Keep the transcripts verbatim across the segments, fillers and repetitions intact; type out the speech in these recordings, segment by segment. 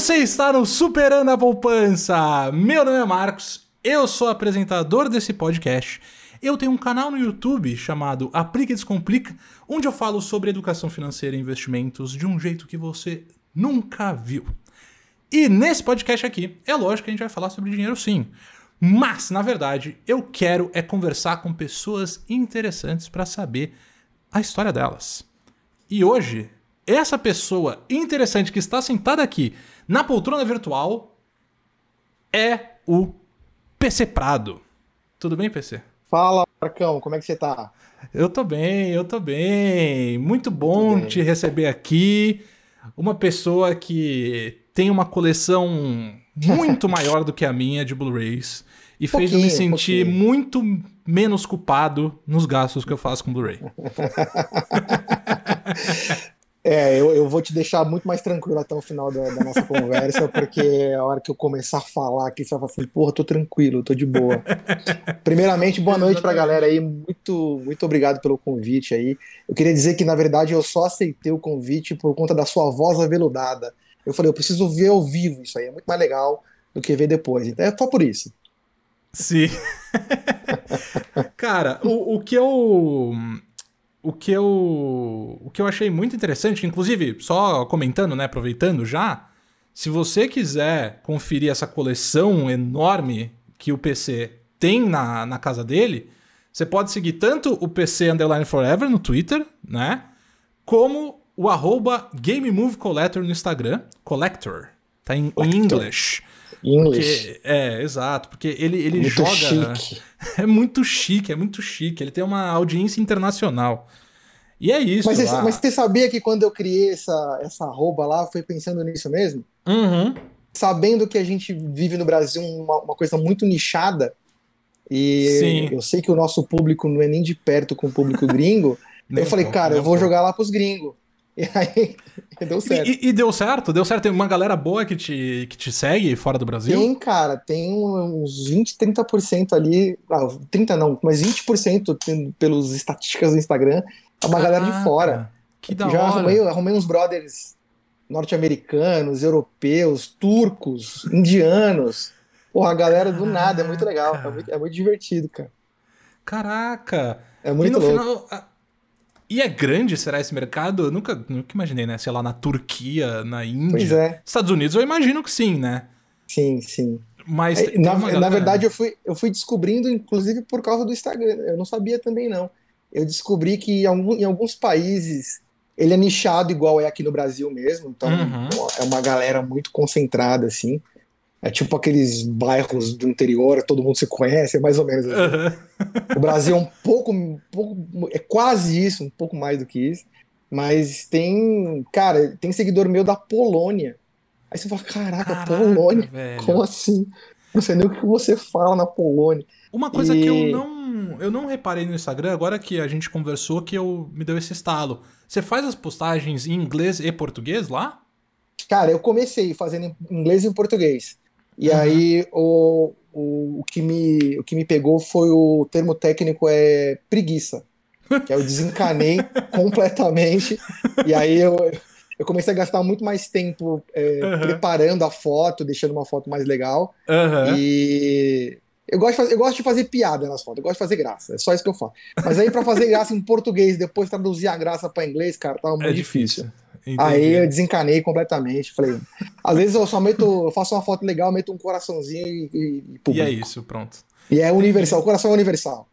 Você está no Superando a Poupança. Meu nome é Marcos, eu sou apresentador desse podcast. Eu tenho um canal no YouTube chamado Aplica e Descomplica, onde eu falo sobre educação financeira e investimentos de um jeito que você nunca viu. E nesse podcast aqui, é lógico que a gente vai falar sobre dinheiro sim. Mas, na verdade, eu quero é conversar com pessoas interessantes para saber a história delas. E hoje, essa pessoa interessante que está sentada aqui na poltrona virtual é o P C Prado. Tudo bem, P C? Fala, Marcão, como é que você tá? Eu tô bem, eu tô bem. Muito bom Muito bem. te receber aqui. Uma pessoa que tem uma coleção muito maior do que a minha de Blu-rays e fez eu me Pouquinho, sentir pouquinho. muito menos culpado nos gastos que eu faço com Blu-ray. É, eu, eu vou te deixar muito mais tranquilo até o final da, da nossa conversa, porque a hora que eu começar a falar aqui, você vai falar assim, porra, tô tranquilo, tô de boa. Primeiramente, boa noite pra galera aí, muito, muito obrigado pelo convite aí. Eu queria dizer que, na verdade, eu só aceitei o convite por conta da sua voz aveludada. Eu falei, eu preciso ver ao vivo isso aí, é muito mais legal do que ver depois. Então é só por isso. Sim. Cara, o, o que eu... O que eu o que eu achei muito interessante, inclusive, só comentando, né, aproveitando já, se você quiser conferir essa coleção enorme que o P C tem na, na casa dele, você pode seguir tanto o P C Underline Forever no Twitter, né, como o arroba Game Move Collector no Instagram, Collector, tá em, em English. English. Porque, é, exato, porque ele, ele Muito joga... chique. É muito chique, é muito chique. Ele tem uma audiência internacional. E é isso. Mas você, ah. mas você sabia que quando eu criei essa, essa arroba lá, foi pensando nisso mesmo? Uhum. Sabendo que a gente vive no Brasil uma, uma coisa muito nichada, e Sim. eu sei que o nosso público não é nem de perto com o público gringo, Nem eu um falei, pouco, cara, nem eu um vou pouco. jogar lá pros gringos. E aí, deu certo. E, e deu certo? Deu certo? Tem uma galera boa que te, que te segue fora do Brasil? Tem, cara, tem uns vinte, trinta por cento ali, ah, trinta não, mas vinte por cento tem- pelos estatísticas do Instagram, é uma galera de fora. Caraca, que da Já arrumei, hora. arrumei uns brothers norte-americanos, europeus, turcos, indianos. Porra, a galera do nada, é muito legal, é muito, Caraca. é muito divertido, cara. Caraca. É E muito no louco. final... a- E é grande, será, esse mercado? Eu nunca, nunca imaginei, né? Sei lá, na Turquia, na Pois Índia. é, Estados Unidos eu imagino que sim, né? sim, sim. Mas Aí, te- tem Na, uma na galera... verdade, eu fui, eu fui descobrindo, inclusive, por causa do Instagram. Eu não sabia também, não. Eu descobri que em, algum- em alguns países ele é nichado igual é aqui no Brasil mesmo. Então, Uhum. é uma galera muito concentrada, assim. É tipo aqueles bairros do interior, todo mundo se conhece, é mais ou menos assim. Aham. O Brasil é um pouco, um pouco, é quase isso, um pouco mais do que isso. Mas tem, cara, tem seguidor meu da Polônia. Aí você fala, caraca, Caraca, Polônia? velho. Como assim? Não sei nem o que você fala na Polônia. Uma coisa que eu E, não, eu não reparei no Instagram, agora que a gente conversou, que eu me deu esse estalo. Você faz as postagens em inglês e português lá? cara, eu comecei fazendo em inglês e em português. E Uhum. aí o, o, o que me, o que me pegou foi o termo técnico é preguiça. Que aí eu desencanei completamente. E aí eu, eu comecei a gastar muito mais tempo é, Aham. preparando a foto, deixando uma foto mais legal. Aham. E eu gosto, de fazer, eu gosto de fazer piada nas fotos, eu gosto de fazer graça, é só isso que eu faço. Mas aí pra fazer graça em português, depois traduzir a graça pra inglês, cara, tava É muito difícil. difícil. Aí Entendi. eu desencanei completamente. Falei, às vezes eu só meto, eu faço uma foto legal, meto um coraçãozinho e, e- e E é publico. isso, pronto. E é Entendi. universal, o coração é universal.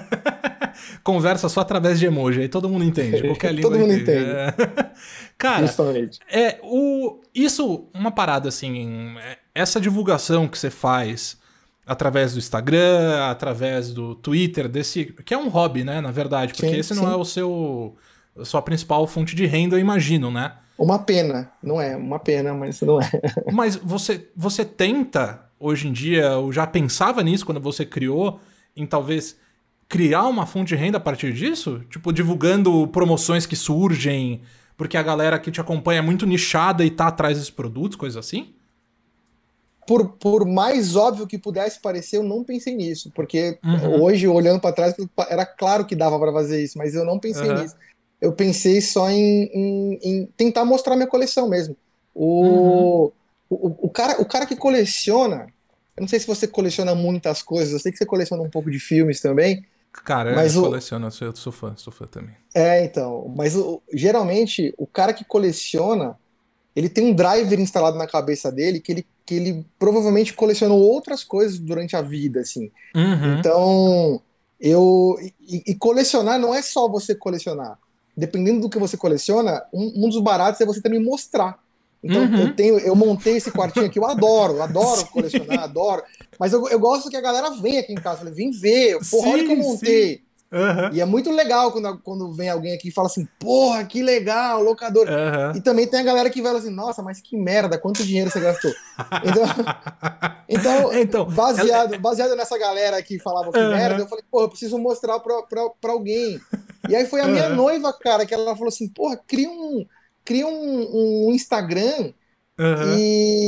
Conversa só através de emoji, aí todo mundo entende. Qualquer língua Todo mundo entende. entende, É. Cara, justamente. é o isso uma parada assim, é, essa divulgação que você faz através do Instagram, através do Twitter, desse que é um hobby, né, na verdade, porque Sim, esse não é sim. o seu a sua principal fonte de renda, eu imagino, né? Uma pena, não é, uma pena, mas não é. Mas você você tenta hoje em dia, ou já pensava nisso quando você criou, em talvez criar uma fonte de renda a partir disso? Tipo, divulgando promoções que surgem, porque a galera que te acompanha é muito nichada e tá atrás desses produtos, coisas assim? Por, por mais óbvio que pudesse parecer, eu não pensei nisso, porque Uhum. hoje, olhando para trás, era claro que dava para fazer isso, mas eu não pensei Aham. nisso. Eu pensei só em, em- em tentar mostrar minha coleção mesmo. Uhum. O, o, o, cara, o cara que coleciona, eu não sei se você coleciona muitas coisas, eu sei que você coleciona um pouco de filmes também, Cara, eu mas o, coleciono, eu sou, eu sou fã, sou fã também. é, então, mas o, geralmente o cara que coleciona, ele tem um driver instalado na cabeça dele que ele, que ele provavelmente colecionou outras coisas durante a vida, assim. Uhum, Então, eu. E, e colecionar não é só você colecionar. Dependendo do que você coleciona, um, um dos baratos é você também mostrar. Então, eu uhum. tenho, eu montei esse quartinho aqui, eu adoro, adoro colecionar, Sim, adoro. Mas eu, eu gosto que a galera venha aqui em casa, fala, vem ver, porra, olha o que eu sim, sim. montei. Aham, E é muito legal quando, quando vem alguém aqui e fala assim, porra, que legal, locador. E aham. também tem a galera que fala assim, nossa, mas que merda, quanto dinheiro você gastou? Então, então, Então, ela, é- baseado, baseado nessa galera que falava que merda, eu aham, falei, porra, eu preciso mostrar pra, pra, pra alguém. E aí foi a minha aham, noiva, cara, que ela falou assim, porra, cria um, cria um, um Instagram aham.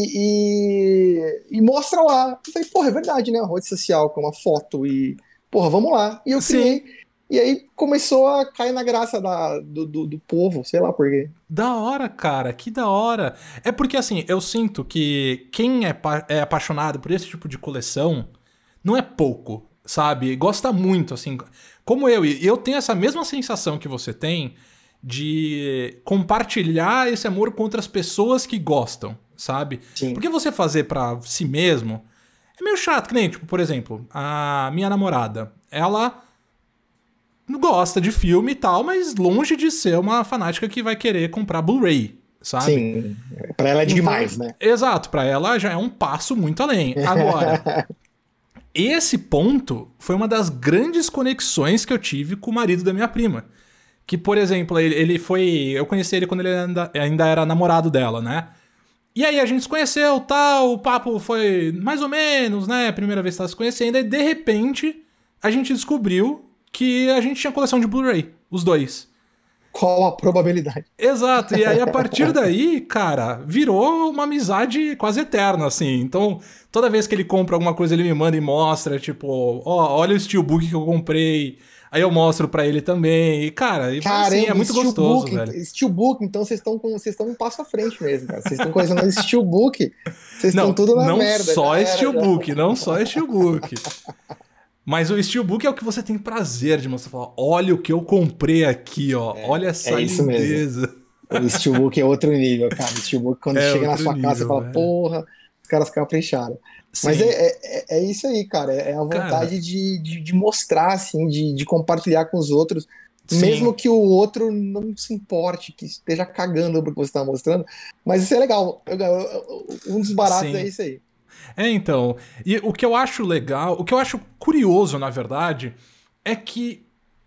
e, e, e mostra lá. Eu falei, porra, é verdade, né? Uma rede social com uma foto e, porra, vamos lá. E eu criei. Sim, E aí começou a cair na graça da, do, do, do povo, sei lá por quê. da hora, cara, que da hora. É porque assim, eu sinto que quem é, pa- é apaixonado por esse tipo de coleção não é pouco, sabe? Gosta muito, assim. Como eu, e eu tenho essa mesma sensação que você tem de compartilhar esse amor com outras pessoas que gostam, sabe? Sim. Porque você fazer pra si mesmo é meio chato, que nem, tipo, por exemplo, a minha namorada, ela gosta de filme e tal, mas longe de ser uma fanática que vai querer comprar Blu-ray, sabe? Sim. Pra ela é Então, demais, né? exato, pra ela já é um passo muito além. Agora, esse ponto foi uma das grandes conexões que eu tive com o marido da minha prima. Que, por exemplo, ele, ele foi. Eu conheci ele quando ele ainda, ainda era namorado dela, né? E aí a gente se conheceu, tal, o papo foi mais ou menos, né? Primeira vez que tava se conhecendo, e de repente a gente descobriu que a gente tinha coleção de Blu-ray, os dois. Qual a probabilidade? Exato, e aí a partir daí, cara, virou uma amizade quase eterna, assim. Então, toda vez que ele compra alguma coisa, ele me manda e mostra, tipo, ó, olha o steelbook que eu comprei. Aí eu mostro pra ele também. E, cara, e vai assim, é Caramba, muito gostoso, Steelbook. velho. Steelbook, então vocês estão com, vocês estão um passo à frente mesmo, cara. Vocês estão colecionando Steelbook, vocês estão Não, tudo na não merda, já só era, já. steelbook, não só steelbook. Mas o steelbook é o que você tem prazer de mostrar. Falar, olha o que eu comprei aqui, ó. Olha É essa isso mesmo. lindeza. O Steelbook é outro nível, cara. O Steelbook, quando É chega na outro sua casa, você nível, fala, velho. porra, os caras capricharam. Mas é, Sim. é, é é isso aí, cara. É a Cara, vontade de, de, de mostrar, assim, de, de compartilhar com os outros, mesmo sim. que o outro não se importe, que esteja cagando pro que você está mostrando. Mas isso é legal. Eu- eu- eu- Um dos baratos é Sim. isso aí. É, então. E o que eu acho legal, o que eu acho curioso, na verdade, é que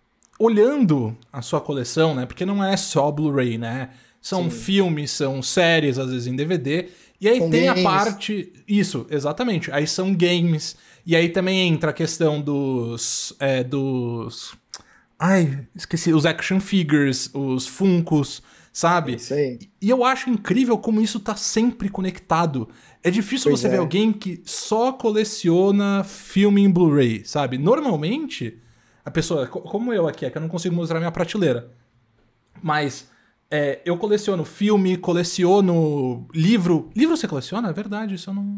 olhando a sua coleção, né? Porque não é só Blu-ray, né? São Sim. filmes, são séries, às vezes em D V D. E aí São tem a games. parte. Isso, exatamente. Aí são games. E aí também entra a questão dos. É, dos. Ai, esqueci. Os action figures, os Funkos, sabe? Isso aí. E eu acho incrível como isso tá sempre conectado. É difícil Pois você ver é. alguém que só coleciona filme em Blu-ray, sabe? Normalmente, a pessoa, co- como eu aqui, é que eu não consigo mostrar minha prateleira, mas é, eu coleciono filme, coleciono livro. Livro você coleciona? É verdade, isso eu não.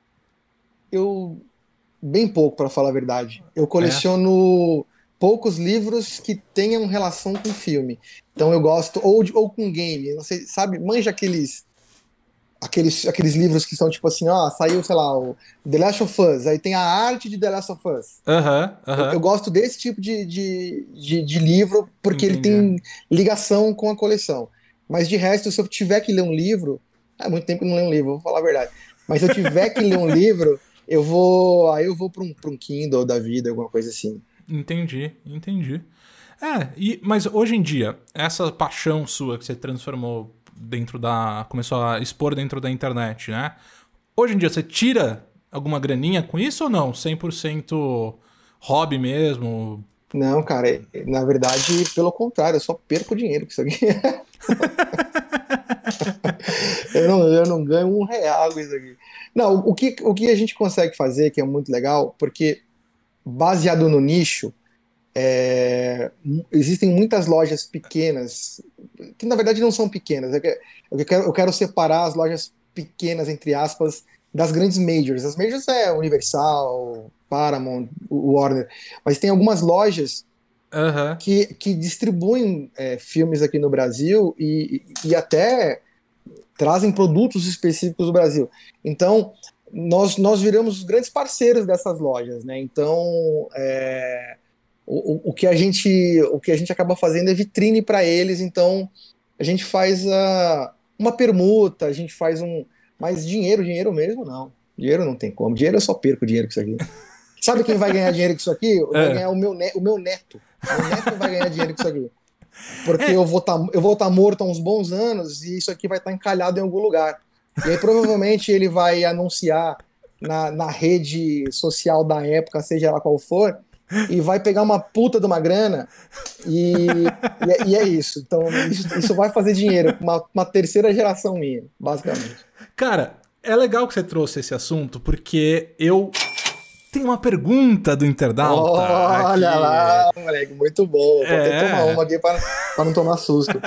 Eu bem pouco, para falar a verdade. Eu É. coleciono poucos livros que tenham relação com filme. Então eu gosto, ou, de- ou com game. Eu não sei, sabe? Manja aqueles, aqueles, aqueles livros que são tipo assim: ó, saiu, sei lá, o The Last of Us, aí tem a arte de The Last of Us. Aham, Eu, eu aham. gosto desse tipo de, de, de, de livro porque ele Entendi. tem ligação com a coleção. Mas de resto, se eu tiver que ler um livro, há muito tempo que eu não leio um livro, vou falar a verdade. Mas se eu tiver que ler um livro, eu vou, aí eu vou para um, para um Kindle da vida, alguma coisa assim. Entendi, entendi. É, e, mas hoje em dia, essa paixão sua que você transformou dentro da. Começou a expor dentro da internet, né? Hoje em dia, você tira alguma graninha com isso ou não? cem por cento hobby mesmo? Não, cara, na verdade, pelo contrário, eu só perco dinheiro com isso aqui. Eu não, eu não ganho um real com isso aqui. Não, o que, o que a gente consegue fazer, que é muito legal, porque baseado no nicho, é, existem muitas lojas pequenas, que na verdade não são pequenas. Eu quero, eu quero, eu quero separar as lojas pequenas, entre aspas, das grandes majors. As majors é Universal, Paramount, Warner, mas tem algumas lojas uhum. que, que distribuem é, filmes aqui no Brasil e, e até trazem produtos específicos do Brasil. Então, nós, nós viramos os grandes parceiros dessas lojas, né? Então, é, o, o, que a gente, o que a gente acaba fazendo é vitrine para eles, então a gente faz a, uma permuta, a gente faz um... Mas dinheiro, dinheiro mesmo, não. Dinheiro não tem como. Dinheiro eu só perco dinheiro com isso aqui. Sabe quem vai ganhar dinheiro com isso aqui? Vai é. ganhar o meu, ne o meu neto. O meu neto vai ganhar dinheiro com isso aqui. Porque é. eu vou tá, eu vou estar tá morto há uns bons anos e isso aqui vai estar tá encalhado em algum lugar. E aí provavelmente ele vai anunciar na, na rede social da época, seja ela qual for, e vai pegar uma puta de uma grana e, e, é, e é isso. Então isso, isso vai fazer dinheiro, uma, uma terceira geração minha, basicamente. Cara, é legal que você trouxe esse assunto, porque eu tenho uma pergunta do internauta. Olha aqui. Lá, moleque, muito bom. Vou é. ter que tomar uma aqui para não tomar susto.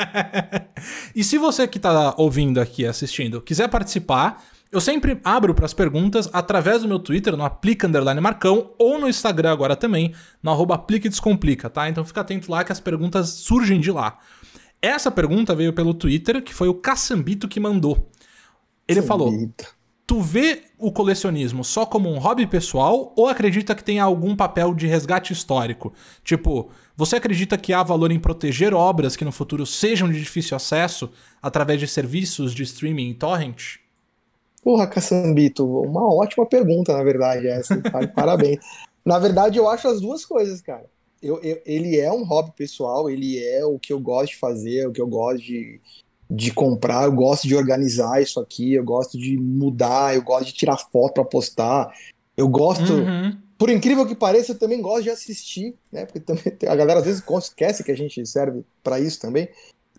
E se você que tá ouvindo aqui, assistindo, quiser participar, eu sempre abro para as perguntas através do meu Twitter, no Aplica Underline Marcão, ou no Instagram agora também, no arroba Aplica e Descomplica, tá? Então fica atento lá que as perguntas surgem de lá. Essa pergunta veio pelo Twitter, que foi o Caçambito que mandou. Ele Sambito. falou: tu vê o colecionismo só como um hobby pessoal ou acredita que tem algum papel de resgate histórico? Tipo, você acredita que há valor em proteger obras que no futuro sejam de difícil acesso através de serviços de streaming e torrent? Porra, Caçambito, uma ótima pergunta, na verdade, essa. Parabéns. Na verdade, eu acho as duas coisas, cara. Eu, eu, ele é um hobby pessoal, ele é o que eu gosto de fazer, o que eu gosto de... de comprar, eu gosto de organizar isso aqui, eu gosto de mudar, eu gosto de tirar foto para postar, eu gosto, uhum. por incrível que pareça, eu também gosto de assistir, né, porque também a galera às vezes esquece que a gente serve para isso também,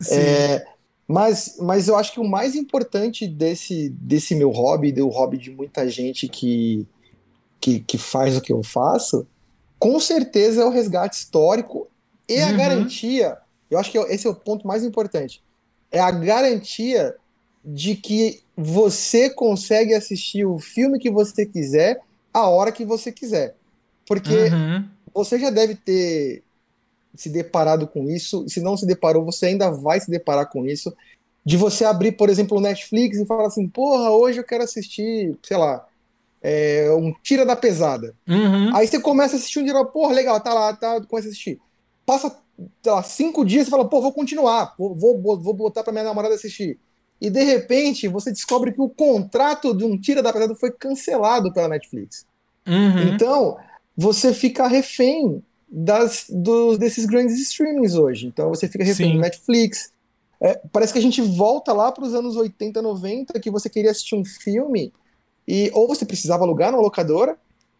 é, mas, mas eu acho que o mais importante desse, desse meu hobby, do hobby de muita gente que, que, que faz o que eu faço, com certeza é o resgate histórico e a uhum. garantia, eu acho que esse é o ponto mais importante, é a garantia de que você consegue assistir o filme que você quiser, a hora que você quiser. Porque uhum. você já deve ter se deparado com isso, e se não se deparou, você ainda vai se deparar com isso, de você abrir, por exemplo, o Netflix e falar assim, porra, hoje eu quero assistir, sei lá, é, um Tira da Pesada. Uhum. Aí você começa a assistir um dia, porra, legal, tá lá, tá, começa a assistir. Passa sei lá, cinco dias você fala, pô, vou continuar, vou, vou, vou botar pra minha namorada assistir. E de repente você descobre que o contrato de um Tira da Pesada foi cancelado pela Netflix. Uhum. Então, você fica refém das, dos, desses grandes streamings hoje. Então você fica refém Sim. do Netflix. É, parece que a gente volta lá para os anos oitenta, noventa, que você queria assistir um filme e ou você precisava alugar numa locadora,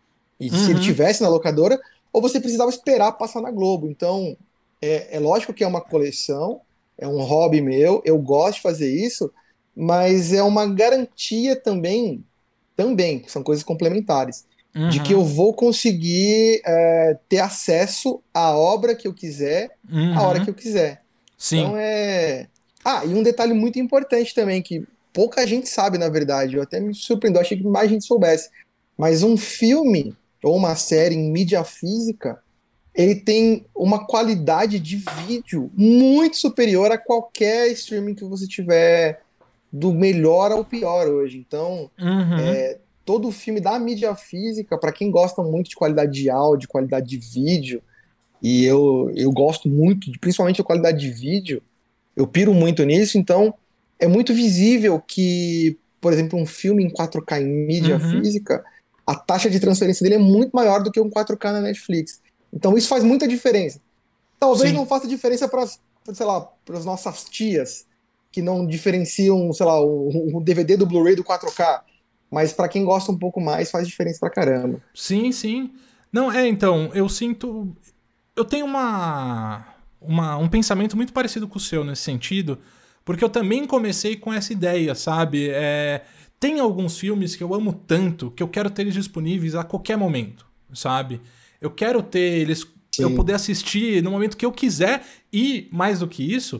e uhum. se ele tivesse na locadora, ou você precisava esperar passar na Globo. Então, É, é lógico que é uma coleção, é um hobby meu, eu gosto de fazer isso, mas é uma garantia também, também, são coisas complementares, uhum. de que eu vou conseguir é, ter acesso à obra que eu quiser, uhum. a hora que eu quiser. Sim. Então é... Ah, e um detalhe muito importante também, que pouca gente sabe, na verdade, eu até me surpreendeu, achei que mais gente soubesse, mas um filme ou uma série em mídia física, ele tem uma qualidade de vídeo muito superior a qualquer streaming que você tiver, do melhor ao pior hoje. Então, uhum. é, todo filme da mídia física, para quem gosta muito de qualidade de áudio, qualidade de vídeo, e eu, eu gosto muito, de, principalmente da qualidade de vídeo, eu piro muito nisso, então é muito visível que, por exemplo, um filme em quatro K em mídia uhum. física, a taxa de transferência dele é muito maior do que um quatro K na Netflix. Então isso faz muita diferença. Talvez Sim. não faça diferença para, sei lá, para as nossas tias, que não diferenciam, sei lá, o, o D V D do Blu-ray do quatro K. Mas para quem gosta um pouco mais, faz diferença pra caramba. Sim, sim. Não, é, então, eu sinto... Eu tenho uma, uma, um pensamento muito parecido com o seu nesse sentido, porque eu também comecei com essa ideia, sabe? É, tem alguns filmes que eu amo tanto que eu quero ter eles disponíveis a qualquer momento, sabe? Eu quero ter eles, Sim. eu poder assistir no momento que eu quiser e, mais do que isso,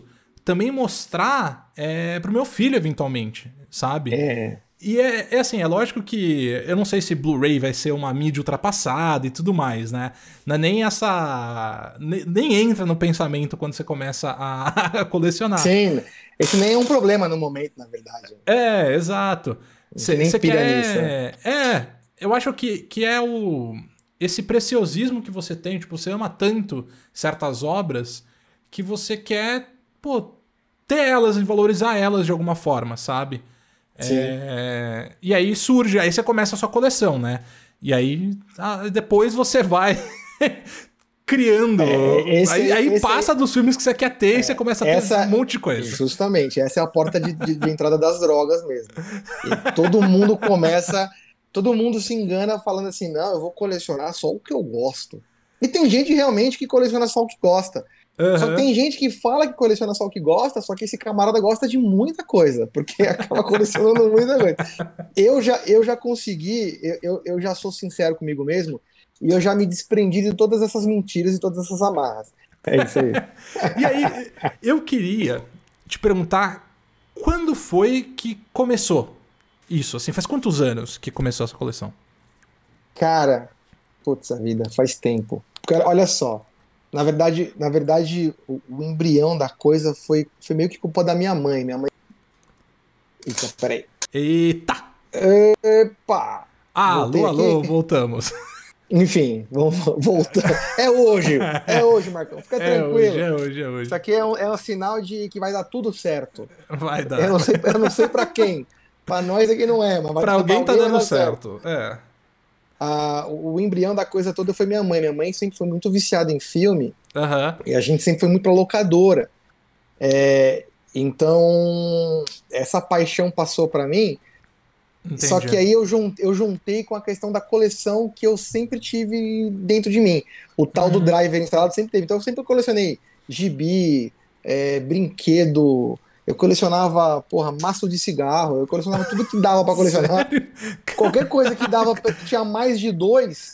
também mostrar é, pro meu filho, eventualmente, sabe? É. E é, é assim, é lógico que eu não sei se Blu-ray vai ser uma mídia ultrapassada e tudo mais, né? Não é nem essa... Nem, nem entra no pensamento quando você começa a, a colecionar. Sim, esse nem é um problema no momento, na verdade. É, exato. Você nem Você pira quer... nisso, né? É, eu acho que, que é o... Esse preciosismo que você tem, tipo, você ama tanto certas obras que você quer, pô, ter elas e valorizar elas de alguma forma, sabe? É... E aí surge, aí você começa a sua coleção, né? E aí ah, depois você vai criando. É, esse, aí aí esse passa aí, dos filmes que você quer ter é, e você começa a ter essa, um monte de coisa. Justamente, essa é a porta de, de, de entrada das drogas mesmo. E todo mundo começa, todo mundo se engana falando assim, não, eu vou colecionar só o que eu gosto. E tem gente realmente que coleciona só o que gosta. Só que Uhum. tem gente que fala que coleciona só o que gosta, só que esse camarada gosta de muita coisa, porque acaba colecionando muita coisa. Eu já, eu já consegui, eu, eu, eu já sou sincero comigo mesmo, e eu já me desprendi de todas essas mentiras e todas essas amarras. É isso aí. E aí, eu queria te perguntar quando foi que começou isso? Assim, faz quantos anos que começou essa coleção? Cara, putz, a vida, faz tempo. Porque, olha só, na verdade, na verdade o, o embrião da coisa foi, foi meio que culpa da minha mãe. Minha mãe. Eita, peraí. Eita! Epa! Voltei Alô, alô, aqui. voltamos. Enfim, vamos voltar. É hoje, é hoje, Marcão. Fica É hoje, tranquilo. é hoje, é hoje. Isso aqui é um, é um sinal de que vai dar tudo certo. Vai Eu dar. não sei, eu não sei para quem. Para nós aqui não é, mas vai, Pra pra alguém tá alguém vai dando dar certo. certo. É. Ah, o, o embrião da coisa toda foi minha mãe. Minha mãe sempre foi muito viciada em filme Aham. e a gente sempre foi muito pra locadora. É, então, essa paixão passou para mim. Só Entendi. que aí eu jun- eu juntei com a questão da coleção que eu sempre tive dentro de mim. O tal do Uhum. driver instalado sempre teve. Então eu sempre colecionei gibi, é, brinquedo, eu colecionava, porra, maço de cigarro, eu colecionava tudo que dava para colecionar. Sério? Qualquer coisa que dava, que tinha mais de dois,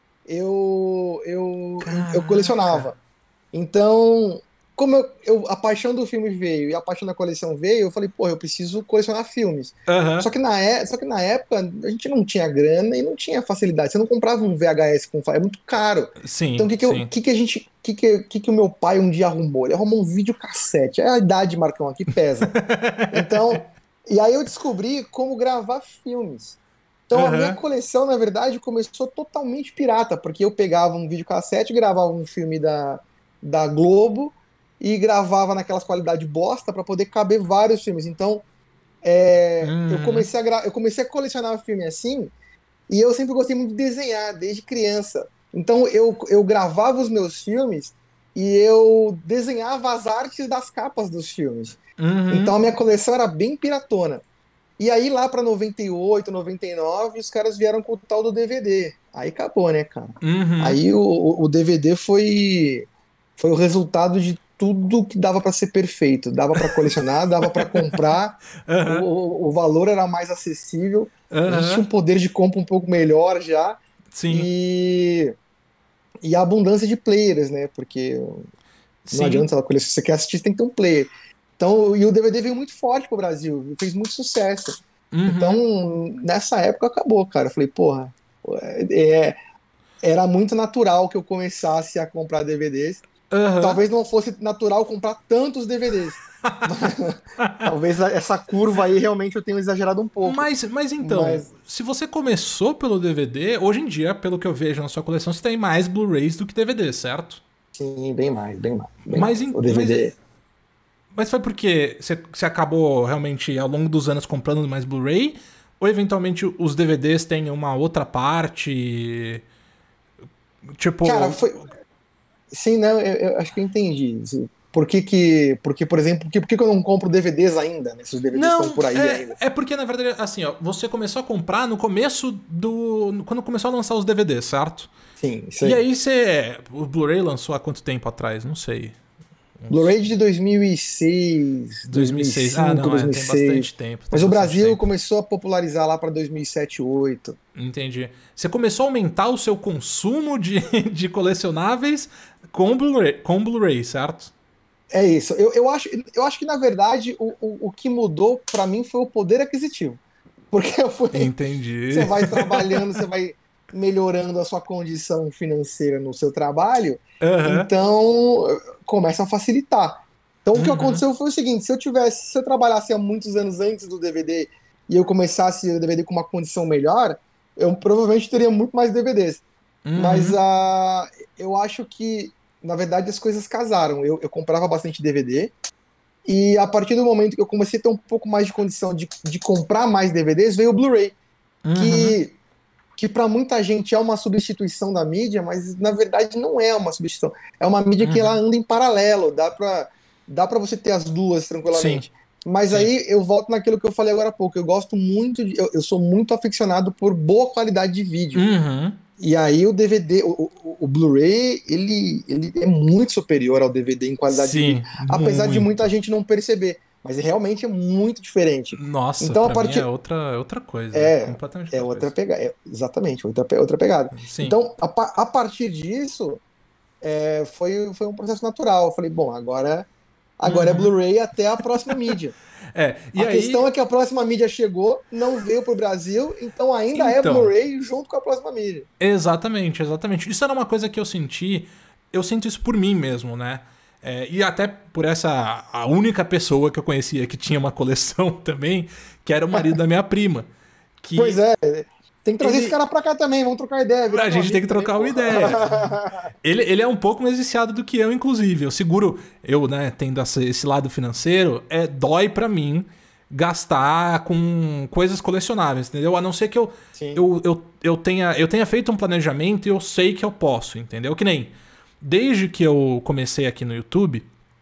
eu, eu, eu, eu Caraca. colecionava. Então, como eu, eu- a paixão do filme veio e a paixão da coleção veio, eu falei, pô, eu preciso colecionar filmes. Aham. Só que, na é, só que na época a gente não tinha grana e não tinha facilidade. Você não comprava um V H S com file, é muito caro. Então, o Sim, que que, eu, sim. que, que a gente. O que, que, que, que o meu pai um dia arrumou? Ele arrumou um videocassete. É a idade, Marcão, aqui pesa. Então, e aí eu descobri como gravar filmes. Então a minha Aham. coleção, na verdade, começou totalmente pirata, porque eu pegava um videocassete, gravava um filme da, da Globo e gravava naquelas qualidade bosta para poder caber vários filmes. Então é, eu Uhum. comecei a gra- eu comecei a colecionar filme assim, e eu sempre gostei muito de desenhar desde criança. Então eu, eu gravava os meus filmes e eu desenhava as artes das capas dos filmes. Então Uhum. a minha coleção era bem piratona. E aí lá pra noventa e oito, noventa e nove, os caras vieram com o tal do D V D. Aí acabou, né, cara? Uhum. Aí o, o D V D foi foi o resultado de tudo que dava pra ser perfeito. Dava pra colecionar, dava pra comprar, Aham. o, o valor era mais acessível, a gente tinha Aham. um poder de compra um pouco melhor já Sim. e, e a abundância de players, né? Porque não Sim. adianta ela colecionar, se você quer assistir, você tem que ter um player. Então, e o D V D veio muito forte pro Brasil, fez muito sucesso. Uhum. Então, nessa época acabou, cara. Eu falei, porra, é, era muito natural que eu começasse a comprar D V Ds. Aham. Talvez não fosse natural comprar tantos D V Ds. Talvez essa curva aí realmente eu tenha exagerado um pouco. Mas, mas então, Mas, se você começou pelo D V D, hoje em dia, pelo que eu vejo na sua coleção, você tem mais Blu-rays do que D V D, certo? sim, bem mais, bem mais, bem Mas, mais. em- O mas, D V D. mas foi porque você, você acabou realmente ao longo dos anos comprando mais Blu-ray? Ou eventualmente os D V Ds têm uma outra parte? Cara, Tipo. foi. Sim, não, eu, eu acho que eu entendi. Por que que, porque, por exemplo, por que, por que que eu não compro D V Ds ainda, né? Se os D V Ds estão Não, por aí ainda. é, é porque na verdade, assim, ó, você começou a comprar no começo do. Quando começou a lançar os D V Ds, certo? Sim, isso E aí. aí você. O Blu-ray lançou há quanto tempo atrás? Não sei. Blu-ray Uns de dois mil e seis, dois mil e seis. Ah, dois mil e cinco, não, é, tem dois mil e seis. bastante tempo, tem Mas o bastante Brasil tempo. começou a popularizar lá para dois mil e sete, dois mil e oito. Entendi. Você começou a aumentar o seu consumo de, de colecionáveis com Blu-ray, com Blu-ray, certo? É isso. Eu, eu, acho, eu acho que, na verdade, o, o, o que mudou para mim foi o poder aquisitivo. Porque eu fui. Entendi. Você vai trabalhando, você vai melhorando a sua condição financeira no seu trabalho, Aham. então começa a facilitar. Então o que Uhum. aconteceu foi o seguinte: se eu tivesse, se eu trabalhasse há muitos anos antes do D V D e eu começasse o D V D com uma condição melhor, eu provavelmente teria muito mais D V Ds. Mas Uhum. uh, eu acho que, na verdade, as coisas casaram. Eu, eu comprava bastante D V D, e a partir do momento que eu comecei a ter um pouco mais de condição de, de comprar mais D V Ds, veio o Blu-ray, Uhum. que, que para muita gente é uma substituição da mídia, mas na verdade não é uma substituição. É uma mídia que ela Uhum. anda em paralelo, dá para dá para você ter as duas Sim, tranquilamente. Mas sim. aí eu volto naquilo que eu falei agora há pouco. Eu gosto muito, de, eu, eu sou muito aficionado por boa qualidade de vídeo. Uhum. E aí o D V D, o, o, o Blu-ray, ele, ele é muito superior ao D V D em qualidade de vídeo, Sim, apesar de muita muito. gente não perceber, mas realmente é muito diferente. Nossa, Então a pra mim é partir outra, é outra coisa. é Completamente é outra outra coisa. pegada, é, exatamente, outra, pe- outra pegada. Sim. Então a, pa- a partir disso é, foi foi um processo natural. Eu falei, bom, agora agora é Uhum. Blu-ray até a próxima mídia. É, e A questão aí, é que a próxima mídia chegou, não veio para o Brasil, então ainda é então, Blu-ray junto com a próxima mídia. exatamente, exatamente. Isso era uma coisa que eu senti, eu sinto isso por mim mesmo, né? É, e até por essa, a única pessoa que eu conhecia que tinha uma coleção também, que era o marido da minha prima. Pois Que é, tem que trazer esse ele. cara pra cá também, vamos trocar ideia, virar A meu gente tem amigo que também, trocar uma porra. ideia. Ele, ele é um pouco mais viciado do que eu, inclusive. Eu seguro, eu, né, tendo essa- esse lado financeiro, é dói pra mim gastar com coisas colecionáveis, entendeu? A não ser que eu, Sim. eu, eu, eu, tenha, eu tenha feito um planejamento e eu sei que eu posso, entendeu? Que nem, desde que eu comecei aqui no YouTube,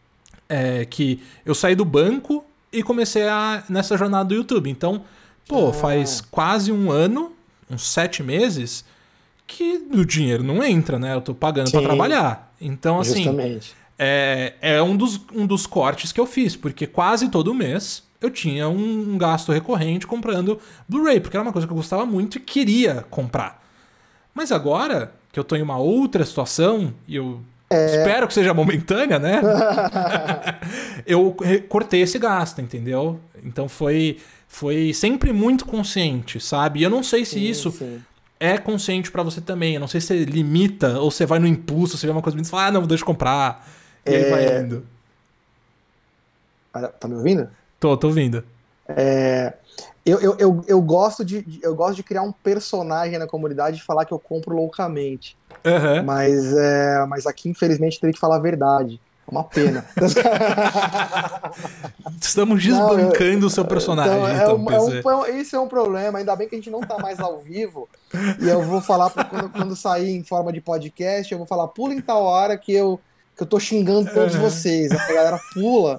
é que eu saí do banco e comecei a, nessa jornada do YouTube. Então, pô, faz Ah, quase um ano, uns sete meses, que o dinheiro não entra, né? Eu tô pagando pra sim, trabalhar. Então, assim, justamente. é, é um, dos, um dos cortes que eu fiz, porque quase todo mês eu tinha um, um gasto recorrente comprando Blu-ray, porque era uma coisa que eu gostava muito e queria comprar. Mas agora que eu tô em uma outra situação, e eu É. espero que seja momentânea, né? Eu re- cortei esse gasto, entendeu? Então foi, foi sempre muito consciente, sabe? E eu não sei se Sim, isso sim. é consciente pra você também. Eu não sei se você limita ou você vai no impulso, você vê uma coisa bonita e fala, ah, não, deixa eu comprar. E aí vai É, indo. ah, tá me ouvindo? Tô, tô ouvindo. É, eu, eu, eu, eu gosto de, de- eu gosto de criar um personagem na comunidade e falar que eu compro loucamente. Aham. Mas, é, mas aqui, infelizmente, teria que falar a verdade. É uma pena. Estamos Não, eu, desbancando o seu então, personagem, é então, um, é um, P C. isso é um problema. Ainda bem que a gente não tá mais ao vivo. E eu vou falar, pra, quando, quando sair em forma de podcast, eu vou falar, pula em tal hora que eu, que eu tô xingando todos Aham. vocês. A galera pula.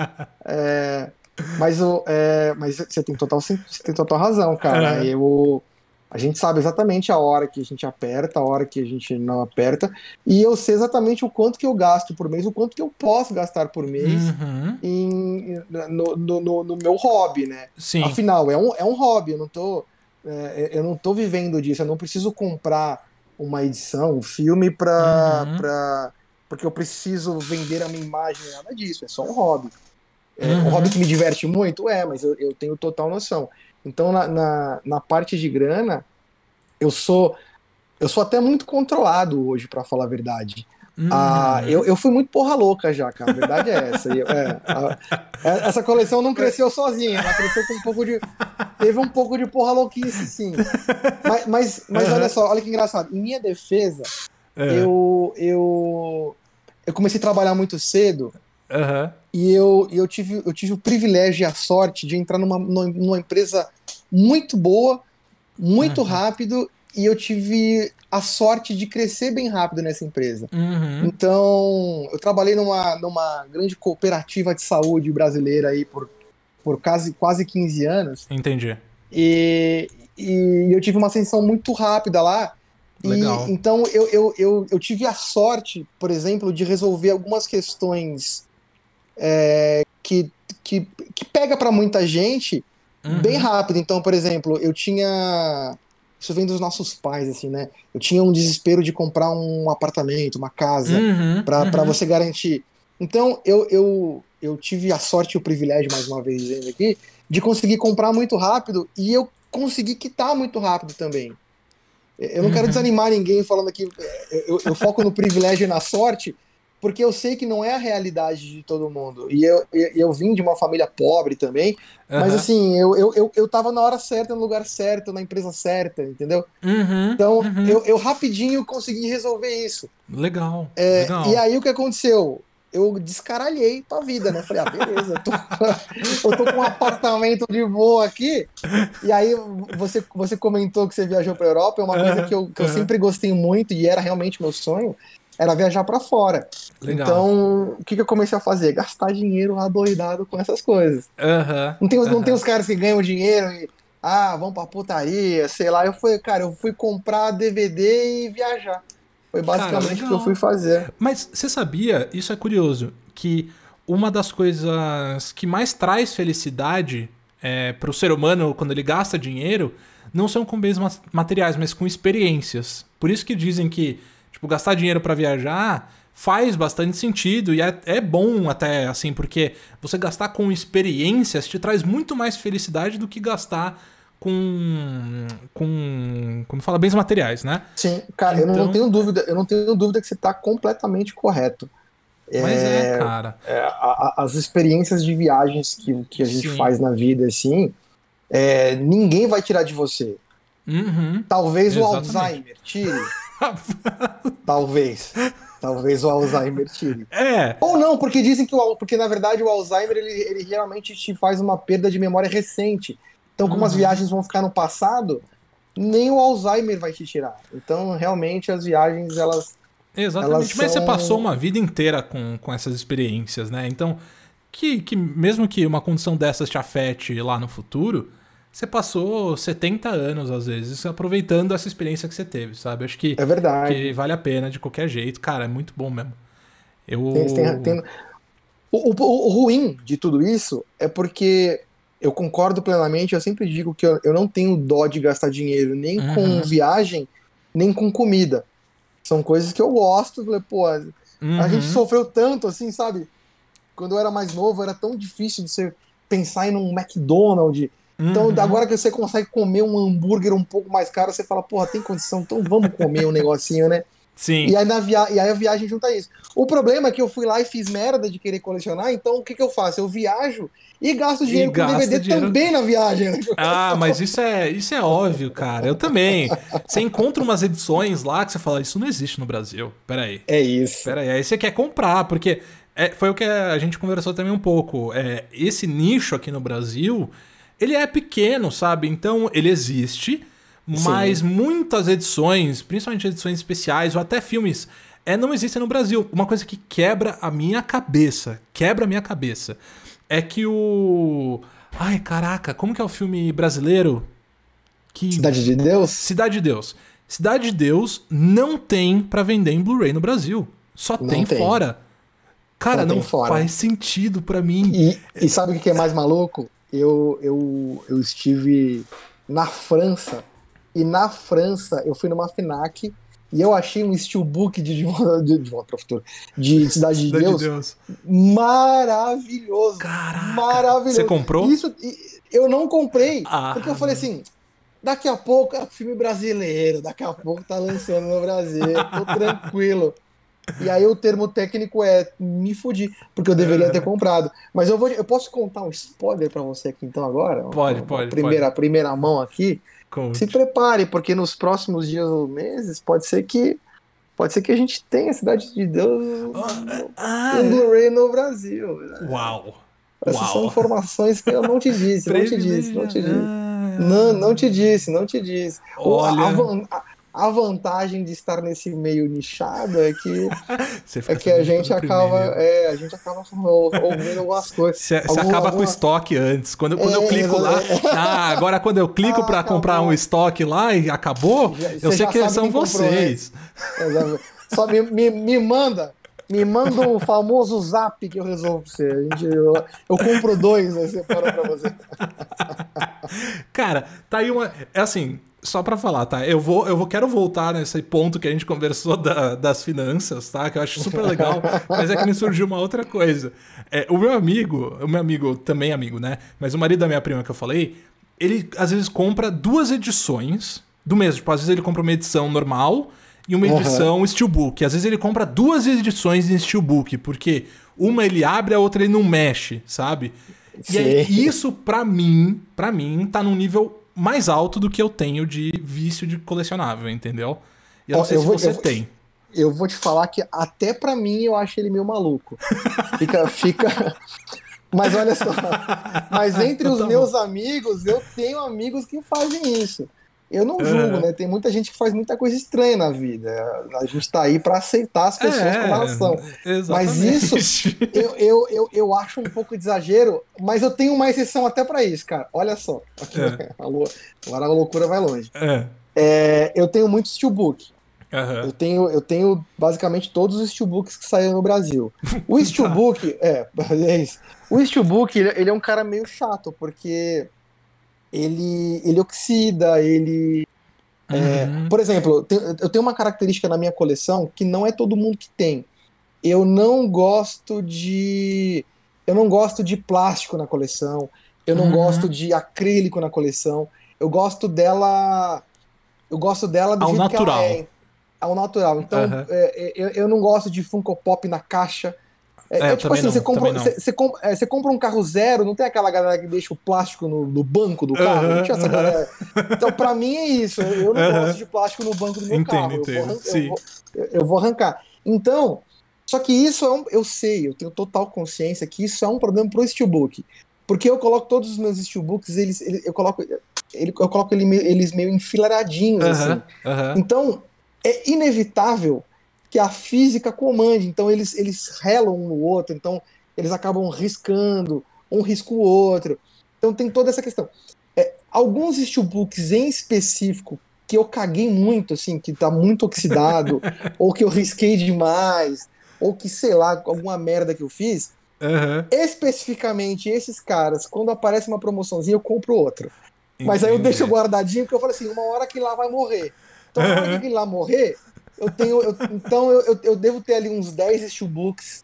Mas, o, é, mas você tem total, você tem total razão, cara. Aham. Eu, a gente sabe exatamente a hora que a gente aperta, a hora que a gente não aperta. E eu sei exatamente o quanto que eu gasto por mês, o quanto que eu posso gastar por mês Uhum. em, no, no, no- no meu hobby, né? Sim. Afinal, é um, é um hobby, eu não tô, é, eu não tô vivendo disso, eu não preciso comprar uma edição, um filme pra, Uhum. pra, porque eu preciso vender a minha imagem, nada disso, é só um hobby. É um hobby Uhum. que me diverte muito? É, mas eu, eu tenho total noção. Então, na, na, na parte de grana, eu sou eu sou até muito controlado hoje, pra falar a verdade. Ah, eu, Uhum. eu fui muito porra louca já, cara. A verdade é essa. E eu- é, a- é- essa coleção não cresceu sozinha, ela cresceu com um pouco de. Teve um pouco de porra louquice, sim. Mas, mas, mas olha Aham. só, olha que engraçado. Em minha defesa, É. eu, eu, eu comecei a trabalhar muito cedo Aham. e eu, eu, tive, eu tive o privilégio e a sorte de entrar numa, numa numa empresa muito boa, muito Uhum. rápido, e eu tive a sorte de crescer bem rápido nessa empresa. Uhum. Então, eu trabalhei numa, numa grande cooperativa de saúde brasileira aí por, por quase, quase quinze anos, Entendi. e, e eu tive uma ascensão muito rápida lá. E Legal. então eu, eu, eu, eu tive a sorte, por exemplo, de resolver algumas questões que, que, que pega para muita gente bem Uhum. rápido. Então, por exemplo, eu tinha. Isso vem dos nossos pais, assim, né? Eu tinha um desespero de comprar um apartamento, uma casa, Uhum. para Uhum. você garantir. Então, eu, eu, eu tive a sorte e o privilégio, mais uma vez dizendo aqui, de conseguir comprar muito rápido e eu consegui quitar muito rápido também. Eu não quero Uhum. desanimar ninguém falando aqui, eu, eu foco no privilégio e na sorte, porque eu sei que não é a realidade de todo mundo. E eu, eu, eu vim de uma família pobre também, mas Aham. assim, eu, eu, eu, eu tava na hora certa, no lugar certo, na empresa certa, entendeu? Uhum. Então, Uhum. eu, eu rapidinho consegui resolver isso. Legal, E legal. aí o que aconteceu? Eu descaralhei pra vida, né? Falei, ah, beleza, eu tô, eu tô com um apartamento de boa aqui. E aí você, você comentou que você viajou pra Europa, é uma coisa que Aham. eu, que eu Aham. sempre gostei muito e era realmente meu sonho, era viajar pra fora. Legal. Então, o que, que eu comecei a fazer? Gastar dinheiro adoidado com essas coisas. Aham. Não tem, os- não tem Aham. os caras que ganham dinheiro e, ah, vão pra putaria, sei lá. Eu fui, cara, eu fui comprar D V D e viajar. Foi Cara, basicamente o que eu fui legal. fazer. Mas você sabia, isso é curioso, que uma das coisas que mais traz felicidade é, para o ser humano quando ele gasta dinheiro não são com bens ma- materiais, mas com experiências. Por isso que dizem que tipo, gastar dinheiro para viajar faz bastante sentido e é, é bom até, assim, porque você gastar com experiências te traz muito mais felicidade do que gastar com, com como fala, bens materiais, né? Sim, cara, eu não, não Então, tenho dúvida, eu não tenho dúvida que você está completamente correto. mas é, É, cara. é, a- a- as experiências de viagens que, que a gente Sim. faz na vida, assim, é, ninguém vai tirar de você. Uhum. Talvez o Exatamente. Alzheimer tire, talvez. Talvez o Alzheimer tire. É. Ou não, porque dizem que o, Al- porque na verdade o Alzheimer ele, ele realmente te faz uma perda de memória recente. Então, como as Uhum. viagens vão ficar no passado, nem o Alzheimer vai te tirar. Então, realmente, as viagens, elas, elas Exatamente. Mas você passou uma são. vida inteira com, com essas experiências, né? Então, que, que mesmo que uma condição dessas te afete lá no futuro, você passou setenta anos, às vezes, aproveitando essa experiência que você teve, sabe? Acho que, É que verdade. vale a pena de qualquer jeito. Cara, é muito bom mesmo. Tem, tem, Eu. tem... O, o, o ruim de tudo isso é porque eu concordo plenamente, eu sempre digo que eu, eu não tenho dó de gastar dinheiro nem com Uhum. viagem, nem com comida. São coisas que eu gosto. Falei, pô, a gente Uhum. sofreu tanto assim, sabe? Quando eu era mais novo, era tão difícil de você pensar em um McDonald's. Então, Uhum. agora que você consegue comer um hambúrguer um pouco mais caro, você fala, porra, tem condição, então vamos comer um negocinho, né? E Sim. aí, na via... e aí a viagem junta isso. O problema é que eu fui lá e fiz merda de querer colecionar, então o que, que eu faço? Eu viajo e gasto E dinheiro com gasta D V D dinheiro. também na viagem, né? Ah, mas isso é, isso é óbvio, cara. Eu também. Você encontra umas edições lá que você fala, isso não existe no Brasil. Pera aí. É isso. Pera aí. Aí você quer comprar, porque é, foi o que a gente conversou também um pouco. É, esse nicho aqui no Brasil, ele é pequeno, sabe? Então, ele existe, mas Sim, muitas edições, principalmente edições especiais ou até filmes, é, não existem no Brasil. Uma coisa que quebra a minha cabeça, quebra a minha cabeça, é que o... Ai, caraca, como que é o filme brasileiro? Que Cidade de Deus? Cidade de Deus. Cidade de Deus não tem pra vender em Blu-ray no Brasil. Só tem Não tem. fora. Cara, Só não tem fora. faz sentido pra mim. E, e sabe o que é mais maluco? Eu, eu, eu estive na França, e na França eu fui numa FINAC e eu achei um steelbook de, de, de, de, Volta para o Futuro, de Cidade de Cidade de Deus Deus. maravilhoso. Caraca. Você Maravilhoso. comprou? Isso e eu não comprei, porque eu Ah, falei não. assim: daqui a pouco é filme brasileiro, daqui a pouco tá lançando no Brasil, tô tranquilo. E aí o termo técnico é me fudi, porque eu deveria ter comprado. Mas eu vou, eu posso contar um spoiler pra você aqui então agora, Pode, uma pode, pode. primeira, primeira mão aqui. Se Conte. prepare, porque nos próximos dias ou meses pode ser que pode ser que a gente tenha Cidade de Deus Ah, em é? Blu-ray no Brasil. Uau. Essas são Uau. informações que eu não te disse, não te disse, não Privilégio. te disse. Não, não te Ah, disse, não te disse. O, a, a olha, van- a- a vantagem de estar nesse meio nichado é que você é fica que a sabendo de tudo gente acaba, primeiro. é, a gente acaba ou- ouvindo algumas coisas. Você Algum, acaba com o alguma, estoque antes. Quando, eu- quando eu é, clico lá. exa- Ah, agora quando eu clico ah, pra comprar um acabou. estoque lá e acabou, Já- eu você sei já que sabe são quem comprou vocês. antes. Exa- Só me, me, me manda, me manda o famoso zap que eu resolvo pra você. A gente, eu, eu compro dois, aí separo pra você. Cara, tá aí uma. É assim. Só pra falar, tá? Eu vou, eu vou quero voltar nesse ponto que a gente conversou da, das finanças, tá? Que eu acho super legal, mas é que me surgiu uma outra coisa. É, o meu amigo, o meu amigo, também amigo, né? Mas o marido da minha prima que eu falei, ele às vezes compra duas edições do mesmo. Tipo, às vezes ele compra uma edição normal e uma edição uhum. Steelbook. Às vezes ele compra duas edições em Steelbook, porque uma ele abre, a outra ele não mexe, sabe? Sim. E aí, isso, pra mim, pra mim, tá num nível mais alto do que eu tenho de vício de colecionável, entendeu? E eu não Ó, sei eu se vou, você eu, tem. Eu vou te falar que até pra mim eu acho ele meio maluco. Fica... fica... Mas olha só, mas entre os tá meus bom. amigos, eu tenho amigos que fazem isso. Eu não julgo, é. né? Tem muita gente que faz muita coisa estranha na vida. A gente tá aí pra aceitar as pessoas é, como elas são. Exatamente. Mas isso, eu, eu, eu, eu acho um pouco de exagero, mas eu tenho uma exceção até pra isso, cara. Olha só. Aqui, é. Agora a loucura vai longe. É. É, eu tenho muito Steelbook. Uhum. Eu, tenho, eu tenho basicamente todos os Steelbooks que saíram no Brasil. O Steelbook, é, é isso. O Steelbook, ele, ele é um cara meio chato, porque ele, ele oxida, ele... Uhum. É, por exemplo, eu tenho uma característica na minha coleção que não é todo mundo que tem. Eu não gosto de... Eu não gosto de plástico na coleção, eu não uhum. gosto de acrílico na coleção, eu gosto dela... Eu gosto dela do ao jeito natural. que ela é. Ao natural. Então, uhum. é, eu, eu não gosto de Funko Pop na caixa. É, é, é tipo assim, não, você, compra, você, você, compra, é, você compra um carro zero, não tem aquela galera que deixa o plástico no, no banco do carro? Uhum, não tinha essa uhum. galera. Então, pra mim é isso. Eu não uhum. gosto de plástico no banco do meu entendo, carro. Entendo. Eu, vou, eu, vou, eu vou arrancar. Então, só que isso é um, eu sei, eu tenho total consciência que isso é um problema pro Steelbook. Porque eu coloco todos os meus Steelbooks, eles, eles, eu coloco, ele, eu coloco ele meio, eles meio enfileiradinhos, uhum, assim. Uhum. Então, é inevitável que a física comande. Então, eles, eles relam um no outro, então eles acabam riscando, um risca o outro. Então, tem toda essa questão. É, alguns Steelbooks em específico que eu caguei muito, assim, que tá muito oxidado, ou que eu risquei demais, ou que, sei lá, alguma merda que eu fiz, uhum. especificamente esses caras, quando aparece uma promoçãozinha, eu compro outro. Mas aí eu deixo guardadinho, porque eu falo assim, uma hora que lá vai morrer. Então, na hora que ele lá morrer, eu tenho. Eu, então, eu, eu, eu devo ter ali uns dez Steelbooks.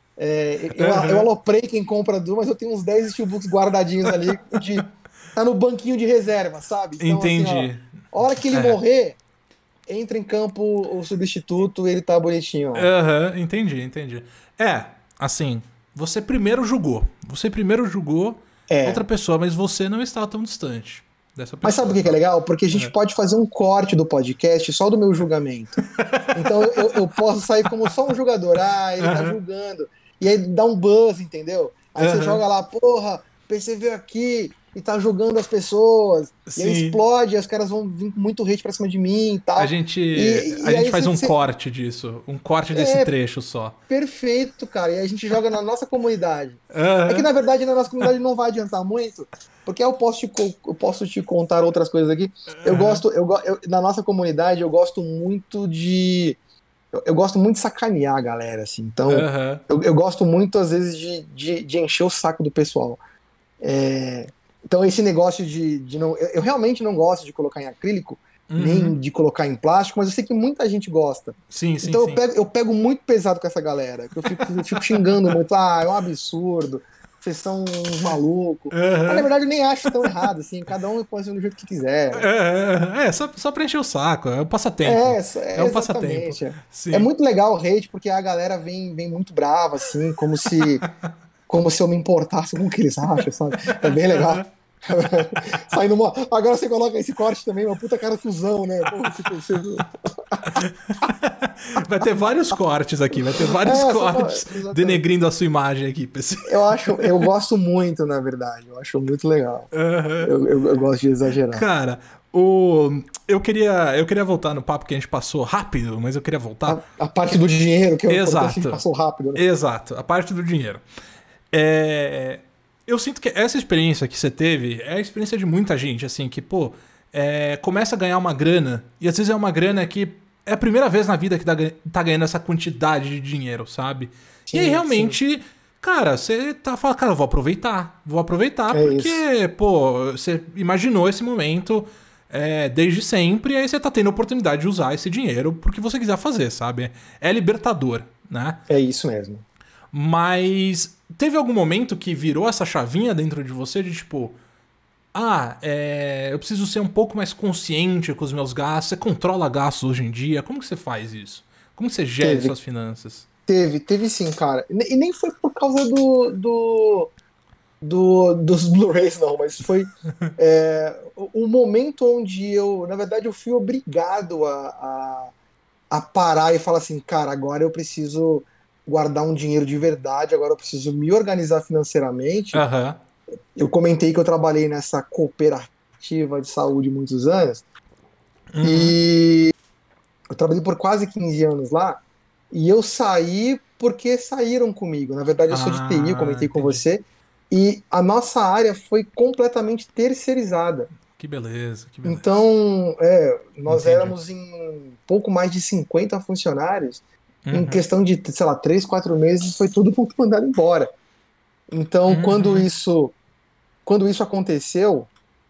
É, eu, uhum. eu aloprei quem compra do, mas eu tenho uns dez Steelbooks guardadinhos ali, de, tá no banquinho de reserva, sabe? Então, entendi. Assim, ó, a hora que ele é. morrer, entra em campo o substituto e ele tá bonitinho. Aham, uhum, entendi, entendi. É, assim, você primeiro julgou. Você primeiro julgou é. outra pessoa, mas você não está tão distante. Mas sabe o que é legal? Porque a gente é. pode fazer um corte do podcast só do meu julgamento. Então eu, eu posso sair como só um julgador. Ah, ele uhum. tá julgando. E aí dá um buzz, entendeu? Aí uhum. você joga lá, porra, P C veio aqui e tá julgando as pessoas. Sim. E aí explode, e os caras vão vir com muito hate pra cima de mim e tal. A gente, e, a e gente faz um você... corte disso. Um corte desse é, trecho só. Perfeito, cara. E aí a gente joga na nossa comunidade. Uhum. É que na verdade na nossa comunidade não vai adiantar muito. Porque eu posso te, eu posso te contar outras coisas aqui. Eu uhum. gosto, eu, eu, na nossa comunidade, eu gosto muito de. Eu, eu gosto muito de sacanear a galera, assim. Então, uhum. eu, eu gosto muito, às vezes, de, de, de encher o saco do pessoal. É, então, esse negócio de, de não. Eu, eu realmente não gosto de colocar em acrílico, uhum. nem de colocar em plástico, mas eu sei que muita gente gosta. Sim, sim. Então, sim. Eu, pego, eu pego muito pesado com essa galera. Eu fico, eu fico xingando muito. Ah, é um absurdo. Vocês são uns malucos. Uhum. Mas, na verdade, eu nem acho tão errado, assim. Cada um pode ser do jeito que quiser. É, é só, só pra encher o saco. É um passatempo. É, é, é um passatempo. Sim. É muito legal o hate, porque a galera vem, vem muito brava, assim, como se, como se eu me importasse com o que eles acham, sabe? É bem legal. Saindo uma... Agora você coloca esse corte também, uma puta cara cuzão, né? Porra, você... Vai ter vários cortes aqui, vai ter vários é, cortes só... denegrindo a sua imagem aqui. Eu acho, eu gosto muito, na verdade. Eu acho muito legal. Uhum. Eu, eu, eu gosto de exagerar. Cara, o... eu, queria, eu queria voltar no papo que a gente passou rápido, mas eu queria voltar. A, a parte do dinheiro, que eu Exato. A gente passou rápido. Né? Exato, a parte do dinheiro. É... Eu sinto que essa experiência que você teve é a experiência de muita gente, assim, que, pô, é, começa a ganhar uma grana, e às vezes é uma grana que é a primeira vez na vida que tá, tá ganhando essa quantidade de dinheiro, sabe? Sim, e aí, realmente, sim. cara, você tá falando, cara, eu vou aproveitar, vou aproveitar, é porque, isso. pô, você imaginou esse momento, é, desde sempre, e aí você tá tendo a oportunidade de usar esse dinheiro pro que você quiser fazer, sabe? É libertador, né? É isso mesmo. Mas teve algum momento que virou essa chavinha dentro de você de tipo... Ah, é, eu preciso ser um pouco mais consciente com os meus gastos. Você controla gastos hoje em dia? Como que você faz isso? Como que você gera Teve, suas finanças? teve, teve sim, cara. E nem foi por causa do, do, do- dos Blu-rays, não, mas foi é, o, o momento onde eu, na verdade, eu fui obrigado a, a, a parar e falar assim, cara, agora eu preciso guardar um dinheiro de verdade, agora eu preciso me organizar financeiramente. Aham. Eu comentei que eu trabalhei nessa cooperativa de saúde muitos anos, Uhum. e eu trabalhei por quase quinze anos lá, e eu saí porque saíram comigo. Na verdade, eu sou de T I, eu Ah, comentei com entendi. você, e a nossa área foi completamente terceirizada. Que beleza, que beleza. Então, é, nós Entendi. éramos em pouco mais de cinquenta funcionários, em Uhum. questão de, sei lá, três, quatro meses, foi todo mundo mandado embora. Então, quando Uhum. isso, quando isso aconteceu,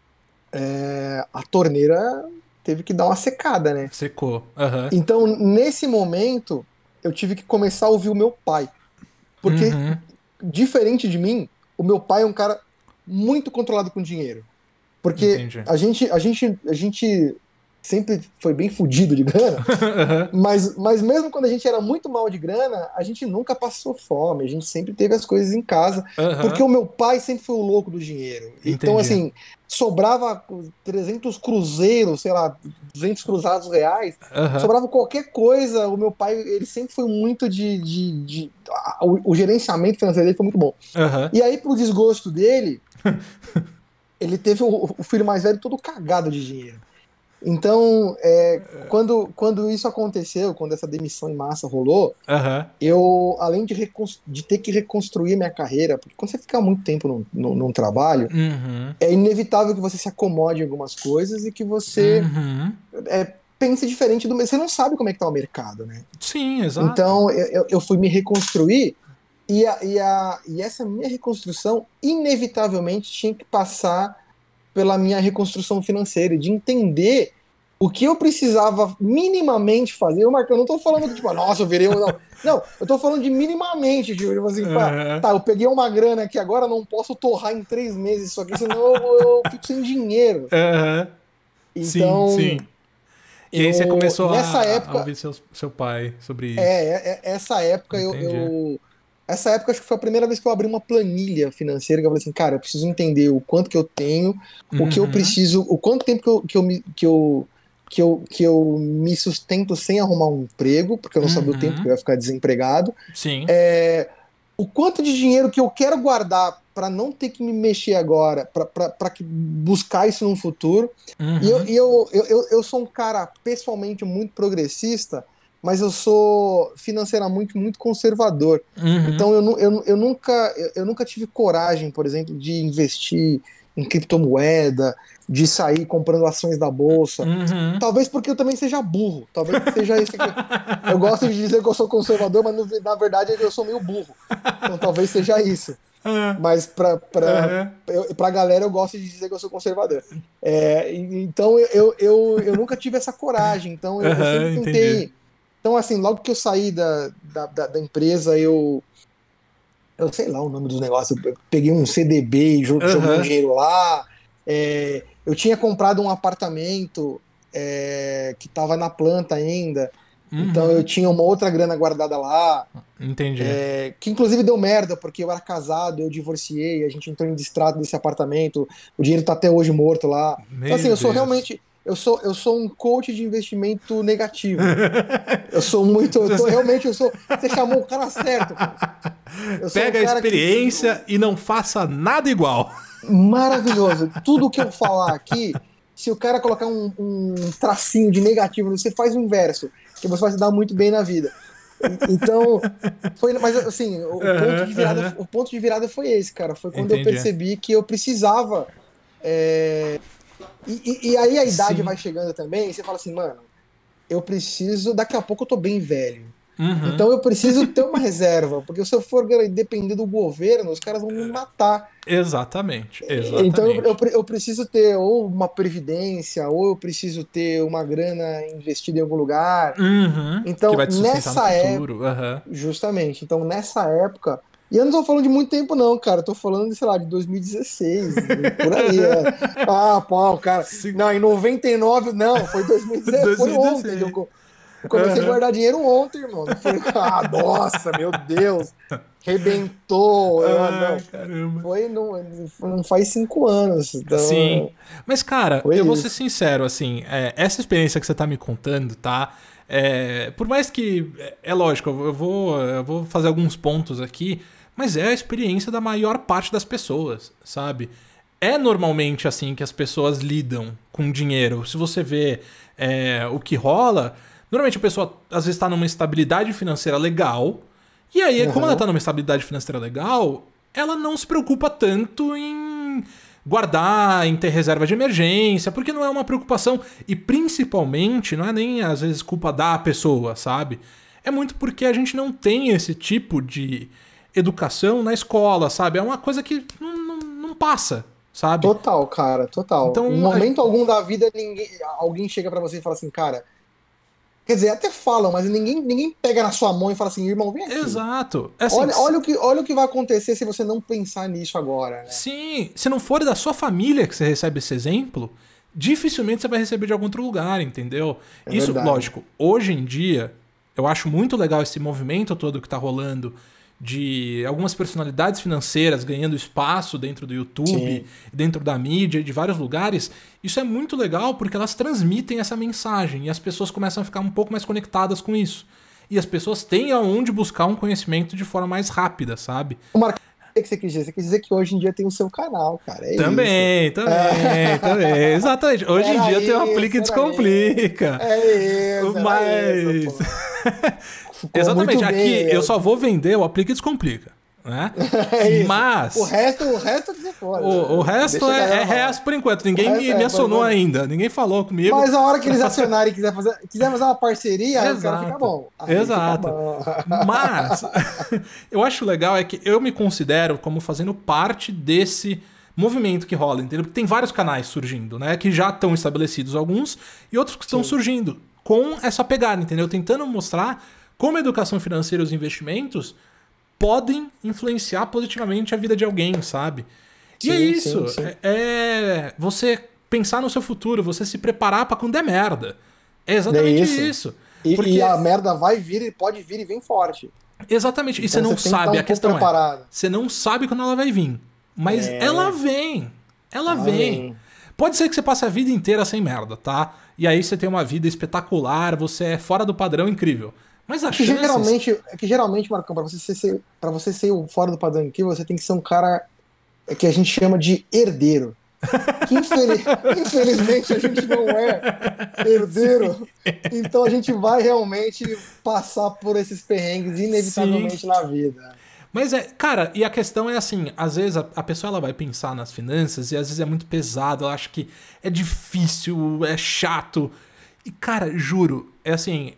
é, a torneira teve que dar uma secada, né? Secou. Aham. Então, nesse momento, eu tive que começar a ouvir o meu pai. Porque, Uhum. diferente de mim, o meu pai é um cara muito controlado com dinheiro. Porque Entendi. a gente, a gente, a gente sempre foi bem fudido de grana, Aham. mas, mas mesmo quando a gente era muito mal de grana, a gente nunca passou fome, a gente sempre teve as coisas em casa, porque Aham. o meu pai sempre foi o louco do dinheiro. Então, Entendi. assim, sobrava trezentos cruzeiros, sei lá, duzentos cruzados reais, Aham. sobrava qualquer coisa, o meu pai, ele sempre foi muito de... de, de a- o, o gerenciamento financeiro dele foi muito bom. Aham. E aí, pro desgosto dele, ele teve o, o filho mais velho todo cagado de dinheiro. Então, é, quando, quando isso aconteceu, quando essa demissão em massa rolou, Aham. eu, além de, recons- de ter que reconstruir minha carreira, porque quando você fica muito tempo num, num, num trabalho, Uhum. é inevitável que você se acomode em algumas coisas e que você Uhum. é, pense diferente do... Você não sabe como é que tá o mercado, né? Sim, exato. Então, eu, eu- eu fui me reconstruir e, a, e, a, e essa minha reconstrução, inevitavelmente, tinha que passar pela minha reconstrução financeira, de entender o que eu precisava minimamente fazer. Eu, Marco, eu não tô falando que, tipo, nossa, eu virei um. Não, não eu tô falando de minimamente, tipo, tipo assim, pá, Aham. tá, eu peguei uma grana aqui agora, não posso torrar em três meses isso aqui, senão eu, eu fico sem dinheiro. Aham. Sim, Então, sim. E aí você eu, começou nessa a, a época, ouvir seu, seu pai sobre é, isso. é- é- essa época eu, Entendi. eu- essa época acho que foi a primeira vez que eu abri uma planilha financeira que eu falei assim, cara, eu preciso entender o quanto que eu tenho, o que eu Uhum. preciso, o quanto tempo que eu, que eu, me, que eu, que eu, que eu me sustento sem arrumar um emprego, porque eu não sabia o tempo que Uhum. eu ia ficar desempregado, Sim. é, o quanto de dinheiro que eu quero guardar para não ter que me mexer agora, para buscar isso no futuro. E eu, Uhum. e eu, eu, eu, eu sou um cara pessoalmente muito progressista, mas eu sou financeiramente muito conservador. Uhum. Então eu, nu- eu, eu, nunca, eu, eu nunca tive coragem, por exemplo, de investir em criptomoeda, de sair comprando ações da bolsa. Uhum. Talvez porque eu também seja burro. Talvez seja isso que. Eu gosto de dizer que eu sou conservador, mas no- na verdade eu sou meio burro. Então talvez seja isso. Ah, Mas pra, pra, aham. eu, pra galera eu gosto de dizer que eu sou conservador. É, e- então eu, eu, eu nunca tive essa coragem. Então eu, eu sempre Aham, entendi. tentei. Então, assim, logo que eu saí da, da, da, da empresa, eu. Eu sei lá o nome dos negócios. Eu peguei um C D B e jo- joguei um Aham. dinheiro lá. É, eu tinha comprado um apartamento é, que estava na planta ainda. Então eu Uhum. tinha uma outra grana guardada lá. Entendi. É, que inclusive deu merda, porque eu era casado, eu divorciei, a gente entrou em distrato desse apartamento, o dinheiro tá até hoje morto lá. Então, assim, Meu eu sou Deus. realmente, eu sou, eu sou um coach de investimento negativo. Eu sou muito, eu tô realmente, eu sou, você chamou o cara certo, cara. Eu sou um Pega a cara que, experiência e não faça nada igual. maravilhoso. Tudo que eu falar aqui, se o cara colocar um, um tracinho de negativo, você faz o inverso, que você vai se dar muito bem na vida. E- Então, foi, mas assim, o ponto Aham, de virada, aham. o ponto de virada foi esse, cara. Foi quando eu Entendi. percebi que eu precisava. é, E, e- e aí a idade Sim. vai chegando também, e você fala assim, mano, eu preciso. Daqui a pouco eu tô bem velho. Uhum. Então eu preciso ter uma reserva, porque se eu for depender do governo, os caras vão me matar. Exatamente, Então eu, eu, exatamente. eu preciso ter ou uma previdência, ou eu preciso ter uma grana investida em algum lugar. Uhum. Que Então, vai te sustentar no nessa época, futuro. Uhum. justamente, então nessa época, e eu não tô falando de muito tempo não, cara, eu tô falando, de, sei lá, de dois mil e dezesseis, por aí, é. Ah, pô, cara, Se- não, em noventa e nove, não, foi dois mil e dezesseis, foi ontem que eu, dois mil e dezesseis. co- eu comecei a Uhum. guardar dinheiro ontem, irmão, não foi, ah, nossa, meu Deus, rebentou, eu, Ai, não, caramba. foi, não, não faz cinco anos, Sim. então, Mas, cara, foi eu vou ser isso. sincero, assim, é, essa experiência que você tá me contando, tá? É, por mais que. É, é lógico, eu vou, eu vou fazer alguns pontos aqui, mas é a experiência da maior parte das pessoas, sabe? É normalmente assim que as pessoas lidam com dinheiro. Se você vê é, o que rola, normalmente a pessoa às vezes está numa estabilidade financeira legal, e aí, como ela Aham. está numa estabilidade financeira legal, ela não se preocupa tanto em guardar, em ter reserva de emergência, porque não é uma preocupação. E principalmente, não é nem às vezes culpa da pessoa, sabe? É muito porque a gente não tem esse tipo de educação na escola, sabe? É uma coisa que não, não, não passa, sabe? Total, cara, total. Em Então, a- momento algum da vida, ninguém, alguém chega pra você e fala assim, cara. Quer dizer, até falam, mas ninguém, ninguém pega na sua mão e fala assim, irmão, vem aqui. exato. Assim, Olha, olha, o que, olha o que vai acontecer se você não pensar nisso agora, né? sim, se não for da sua família que você recebe esse exemplo, dificilmente você vai receber de algum outro lugar, entendeu? É Isso, verdade. lógico, hoje em dia, eu acho muito legal esse movimento todo que tá rolando de algumas personalidades financeiras ganhando espaço dentro do YouTube, Sim. dentro da mídia, de vários lugares. Isso é muito legal porque elas transmitem essa mensagem e as pessoas começam a ficar um pouco mais conectadas com isso. E as pessoas têm aonde buscar um conhecimento de forma mais rápida, sabe? O Marco, o que você quis dizer? Você quis dizer que hoje em dia tem o seu canal, cara. É isso. Também, também, É. também. Exatamente. Hoje em Era dia tem o Aplica isso, e era isso. Descomplica. É isso, era isso, Mas. pô. Ficou Exatamente. muito Aqui bem. eu só vou vender o Aplica e Descomplica. Né? É isso. O Mas. resto, o resto que você for. O, o resto Deixa a é, é galera falar. resto por enquanto. O Ninguém resto me, é, me por acionou enquanto. ainda. Ninguém falou comigo. Mas a hora que eles acionarem e quiser fazer, quiser fazer uma parceria, aí os caras ficam Exato. bom. Aí fica Exato. bom. Mas eu acho legal é que eu me considero como fazendo parte desse movimento que rola, entendeu? Porque tem vários canais surgindo, né? Que já estão estabelecidos alguns e outros que estão Sim. surgindo com essa pegada, entendeu? Tentando mostrar como a educação financeira e os investimentos podem influenciar positivamente a vida de alguém, sabe? E é Sim, isso. sim, sim. É, é você pensar no seu futuro, você se preparar pra quando der merda. É exatamente É isso. isso. E, Porque e a merda vai vir, e pode vir e vem forte. exatamente. E você Então não você tem que estar sabe, um a pouco questão é, preparado. você não sabe quando ela vai vir. Mas É. ela vem. Ela, Ela vem. vem. Pode ser que você passe a vida inteira sem merda, tá? E aí você tem uma vida espetacular, você é fora do padrão incrível. Mas as Que chances. geralmente, é que geralmente, Marcão, pra você ser, para você ser o fora do padrão aqui, você tem que ser um cara que a gente chama de herdeiro. Que infeliz- infelizmente a gente não é herdeiro. Então a gente vai realmente passar por esses perrengues inevitavelmente Sim. na vida. Mas é, cara, e a questão é assim, às vezes a, a pessoa ela vai pensar nas finanças e às vezes é muito pesado, ela acha que é difícil, é chato. E, cara, juro, é assim,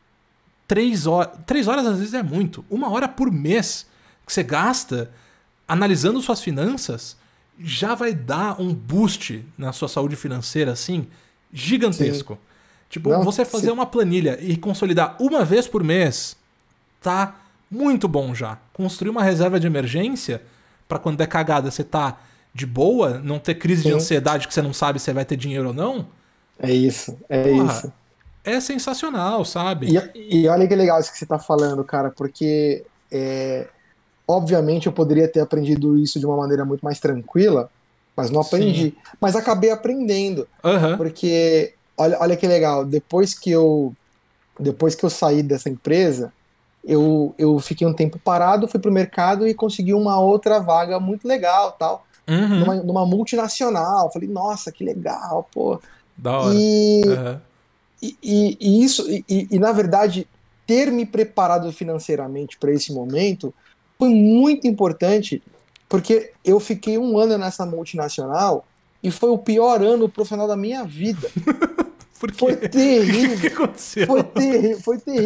três horas, três horas às vezes é muito. Uma hora por mês que você gasta analisando suas finanças já vai dar um boost na sua saúde financeira, assim, gigantesco. Tipo, Não, você fazer sim. uma planilha e consolidar uma vez por mês, tá muito bom já. Construir uma reserva de emergência pra quando der cagada você tá de boa, não ter crise de Sim. ansiedade que você não sabe se vai ter dinheiro ou não. É isso, é Porra, isso. é sensacional, sabe? E, e olha que legal isso que você tá falando, cara, porque é, obviamente eu poderia ter aprendido isso de uma maneira muito mais tranquila, mas não aprendi. Mas acabei aprendendo, Aham. porque olha, olha que legal, depois que eu depois que eu saí dessa empresa, eu, eu fiquei um tempo parado, fui pro mercado e consegui uma outra vaga muito legal, tal, Uhum. numa, numa multinacional. Falei, nossa, que legal, pô. Da hora. E, Aham. e, e- e isso, e, e, e, na verdade, ter me preparado financeiramente para esse momento foi muito importante, porque eu fiquei um ano nessa multinacional e foi o pior ano profissional da minha vida. Por quê? Foi O que, que terrível. aconteceu? Foi terrível, foi terrível.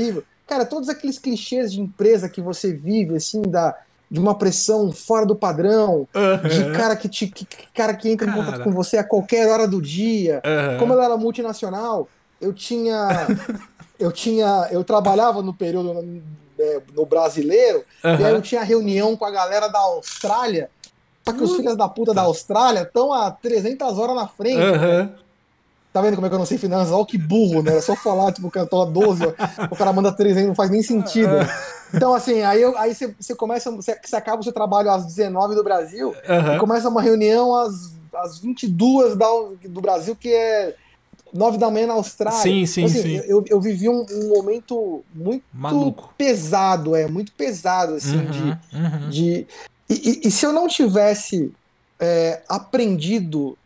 cara, todos aqueles clichês de empresa que você vive, assim, da, de uma pressão fora do padrão, Uhum. de cara que, te, que, cara que entra em contato Cara. com você a qualquer hora do dia. Como Uhum. ela era multinacional, eu tinha, eu tinha, eu trabalhava no período é, no brasileiro, e aí eu Uhum. tinha reunião com a galera da Austrália. Só que os filhos da puta da Puta. Austrália estão a trezentas horas na frente, né? Uhum. Tá vendo como é que eu não sei finanças? Olha que burro, né? É só falar, tipo, que eu tô a doze, o cara manda três aí, não faz nem sentido, né? Então, assim, aí, eu, aí você, você começa, você, você acaba o seu trabalho às dezenove do Brasil e Uhum. começa uma reunião às, às vinte e duas da, do Brasil, que é nove da manhã na Austrália. Sim, Então, sim, assim, sim. eu, eu vivi um, um momento muito Maluco. pesado, é, muito pesado, assim, de... Uhum. Uhum. de e, e, e se eu não tivesse é, aprendido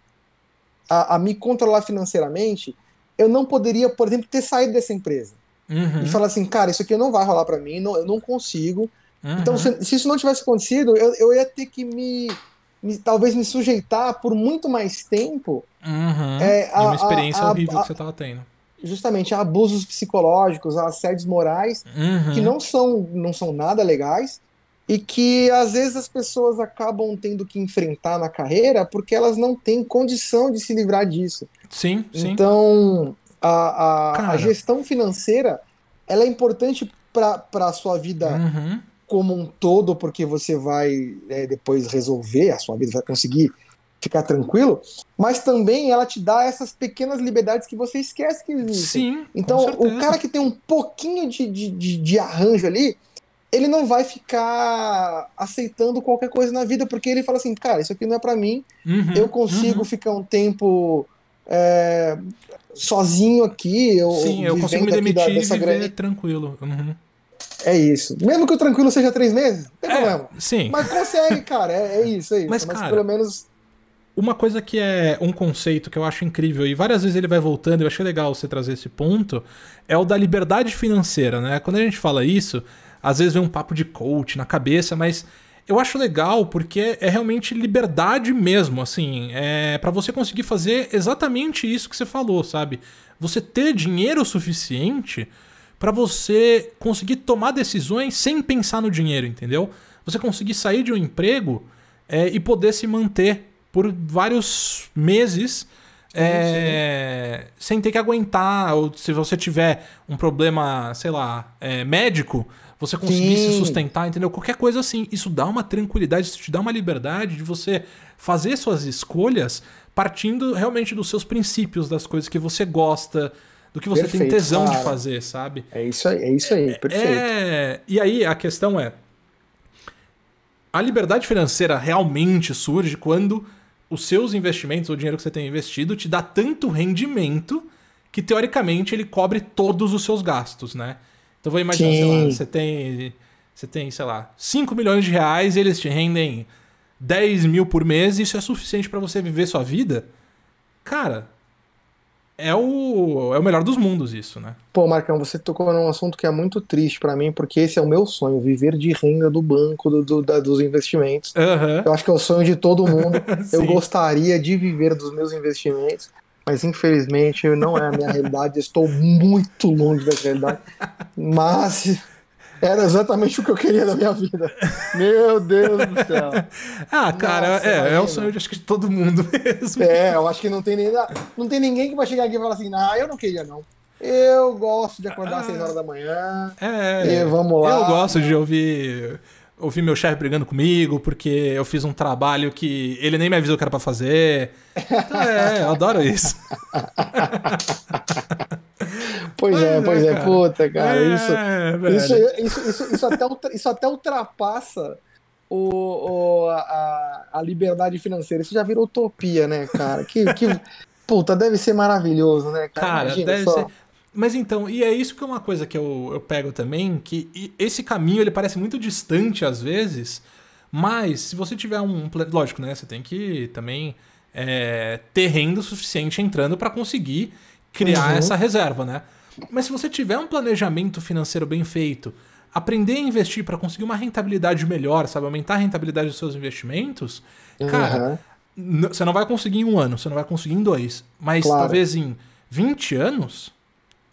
a, a me controlar financeiramente, eu não poderia, por exemplo, ter saído dessa empresa. E Uhum. falar assim, cara, isso aqui não vai rolar para mim, não, eu não consigo. Então, Uhum. se, se isso não tivesse acontecido, eu, eu ia ter que me, me talvez me sujeitar por muito mais tempo Uhum. é, E uma a, experiência a, a, horrível que a, você tava tendo. justamente a abusos psicológicos, a assédios morais, que Uhum. não são, não são nada legais e que às vezes as pessoas acabam tendo que enfrentar na carreira porque elas não têm condição de se livrar disso. Sim, sim. Então, a, a, a Cara. gestão financeira ela é importante para a sua vida Uhum. como um todo, porque você vai é, depois resolver a sua vida, vai conseguir ficar tranquilo, mas também ela te dá essas pequenas liberdades que você esquece que existem. Sim, com Então, o certeza. cara que tem um pouquinho de, de, de, de arranjo ali, ele não vai ficar aceitando qualquer coisa na vida, porque ele fala assim, cara, isso aqui não é para mim, eu Uhum. consigo Uhum. ficar um tempo é, sozinho aqui, eu, Sim, eu consigo me vivendo aqui da, demitir e dessa viver graninha. tranquilo. Uhum. É isso. Mesmo que o tranquilo seja três meses, não tem É, problema. sim. Mas consegue, cara, é, é isso, é Mas, isso. Mas pelo cara, menos. uma coisa que é um conceito que eu acho incrível, e várias vezes ele vai voltando, eu achei legal você trazer esse ponto, é o da liberdade financeira, né? Quando a gente fala isso, às vezes vem um papo de coach na cabeça, mas eu acho legal porque é realmente liberdade mesmo, assim, é para você conseguir fazer exatamente isso que você falou, sabe? Você ter dinheiro suficiente para você conseguir tomar decisões sem pensar no dinheiro, entendeu? Você conseguir sair de um emprego é, e poder se manter por vários meses Sim, sim. é, sem ter que aguentar, ou se você tiver um problema, sei lá, é, médico, você conseguir se Sim, sustentar, entendeu? Qualquer coisa assim. Isso dá uma tranquilidade, isso te dá uma liberdade de você fazer suas escolhas partindo realmente dos seus princípios, das coisas que você gosta, do que você tem perfeito, tesão de cara. fazer, sabe? É isso aí, é isso aí, perfeito. É. E aí a questão é: a liberdade financeira realmente surge quando os seus investimentos, o dinheiro que você tem investido, te dá tanto rendimento que, teoricamente, ele cobre todos os seus gastos, né? Então, vou imaginar, sei lá, Sim, você tem, você tem, sei lá, cinco milhões de reais e eles te rendem dez mil por mês e isso é suficiente pra você viver sua vida? Cara, é o, é o melhor dos mundos isso, né? pô, Marcão, você tocou num assunto que é muito triste pra mim, porque esse é o meu sonho, viver de renda do banco, do, do- da- dos investimentos. Aham, Eu acho que é o sonho de todo mundo. Eu sim. gostaria de viver dos meus investimentos, mas infelizmente não é a minha realidade. Estou muito longe dessa realidade. Mas era exatamente o que eu queria da minha vida. Meu Deus do céu. Ah, cara, Nossa, é, é o sonho imagina. de acho que de todo mundo mesmo. É, eu acho que não tem nem, não tem ninguém que vai chegar aqui e falar assim, ah, eu não queria não. Eu gosto de acordar às seis horas da manhã e É, vamos eu lá. gosto de Não. ouvir ouvir meu chefe brigando comigo porque eu fiz um trabalho que ele nem me avisou que era pra fazer. Então é, eu adoro isso. Pois é, Mas é, pois é, cara. puta, cara, isso, É, isso, velho. isso, isso, isso, até, ultra- isso até ultrapassa o, o- a, a liberdade financeira. Isso já virou utopia, né, cara? Que, que, puta, deve ser maravilhoso, né, cara? Cara, Imagina deve ser. só. Mas então, e é isso que é uma coisa que eu, eu pego também, que e- esse caminho ele parece muito distante às vezes, mas se você tiver um. pla- Lógico, né? Você tem que também é, ter renda suficiente entrando para conseguir criar essa Uhum, reserva, né? Mas se você tiver um planejamento financeiro bem feito, aprender a investir para conseguir uma rentabilidade melhor, sabe? Aumentar a rentabilidade dos seus investimentos, cara, uhum, n- você não vai conseguir em um ano, você não vai conseguir em dois, mas claro. talvez em vinte anos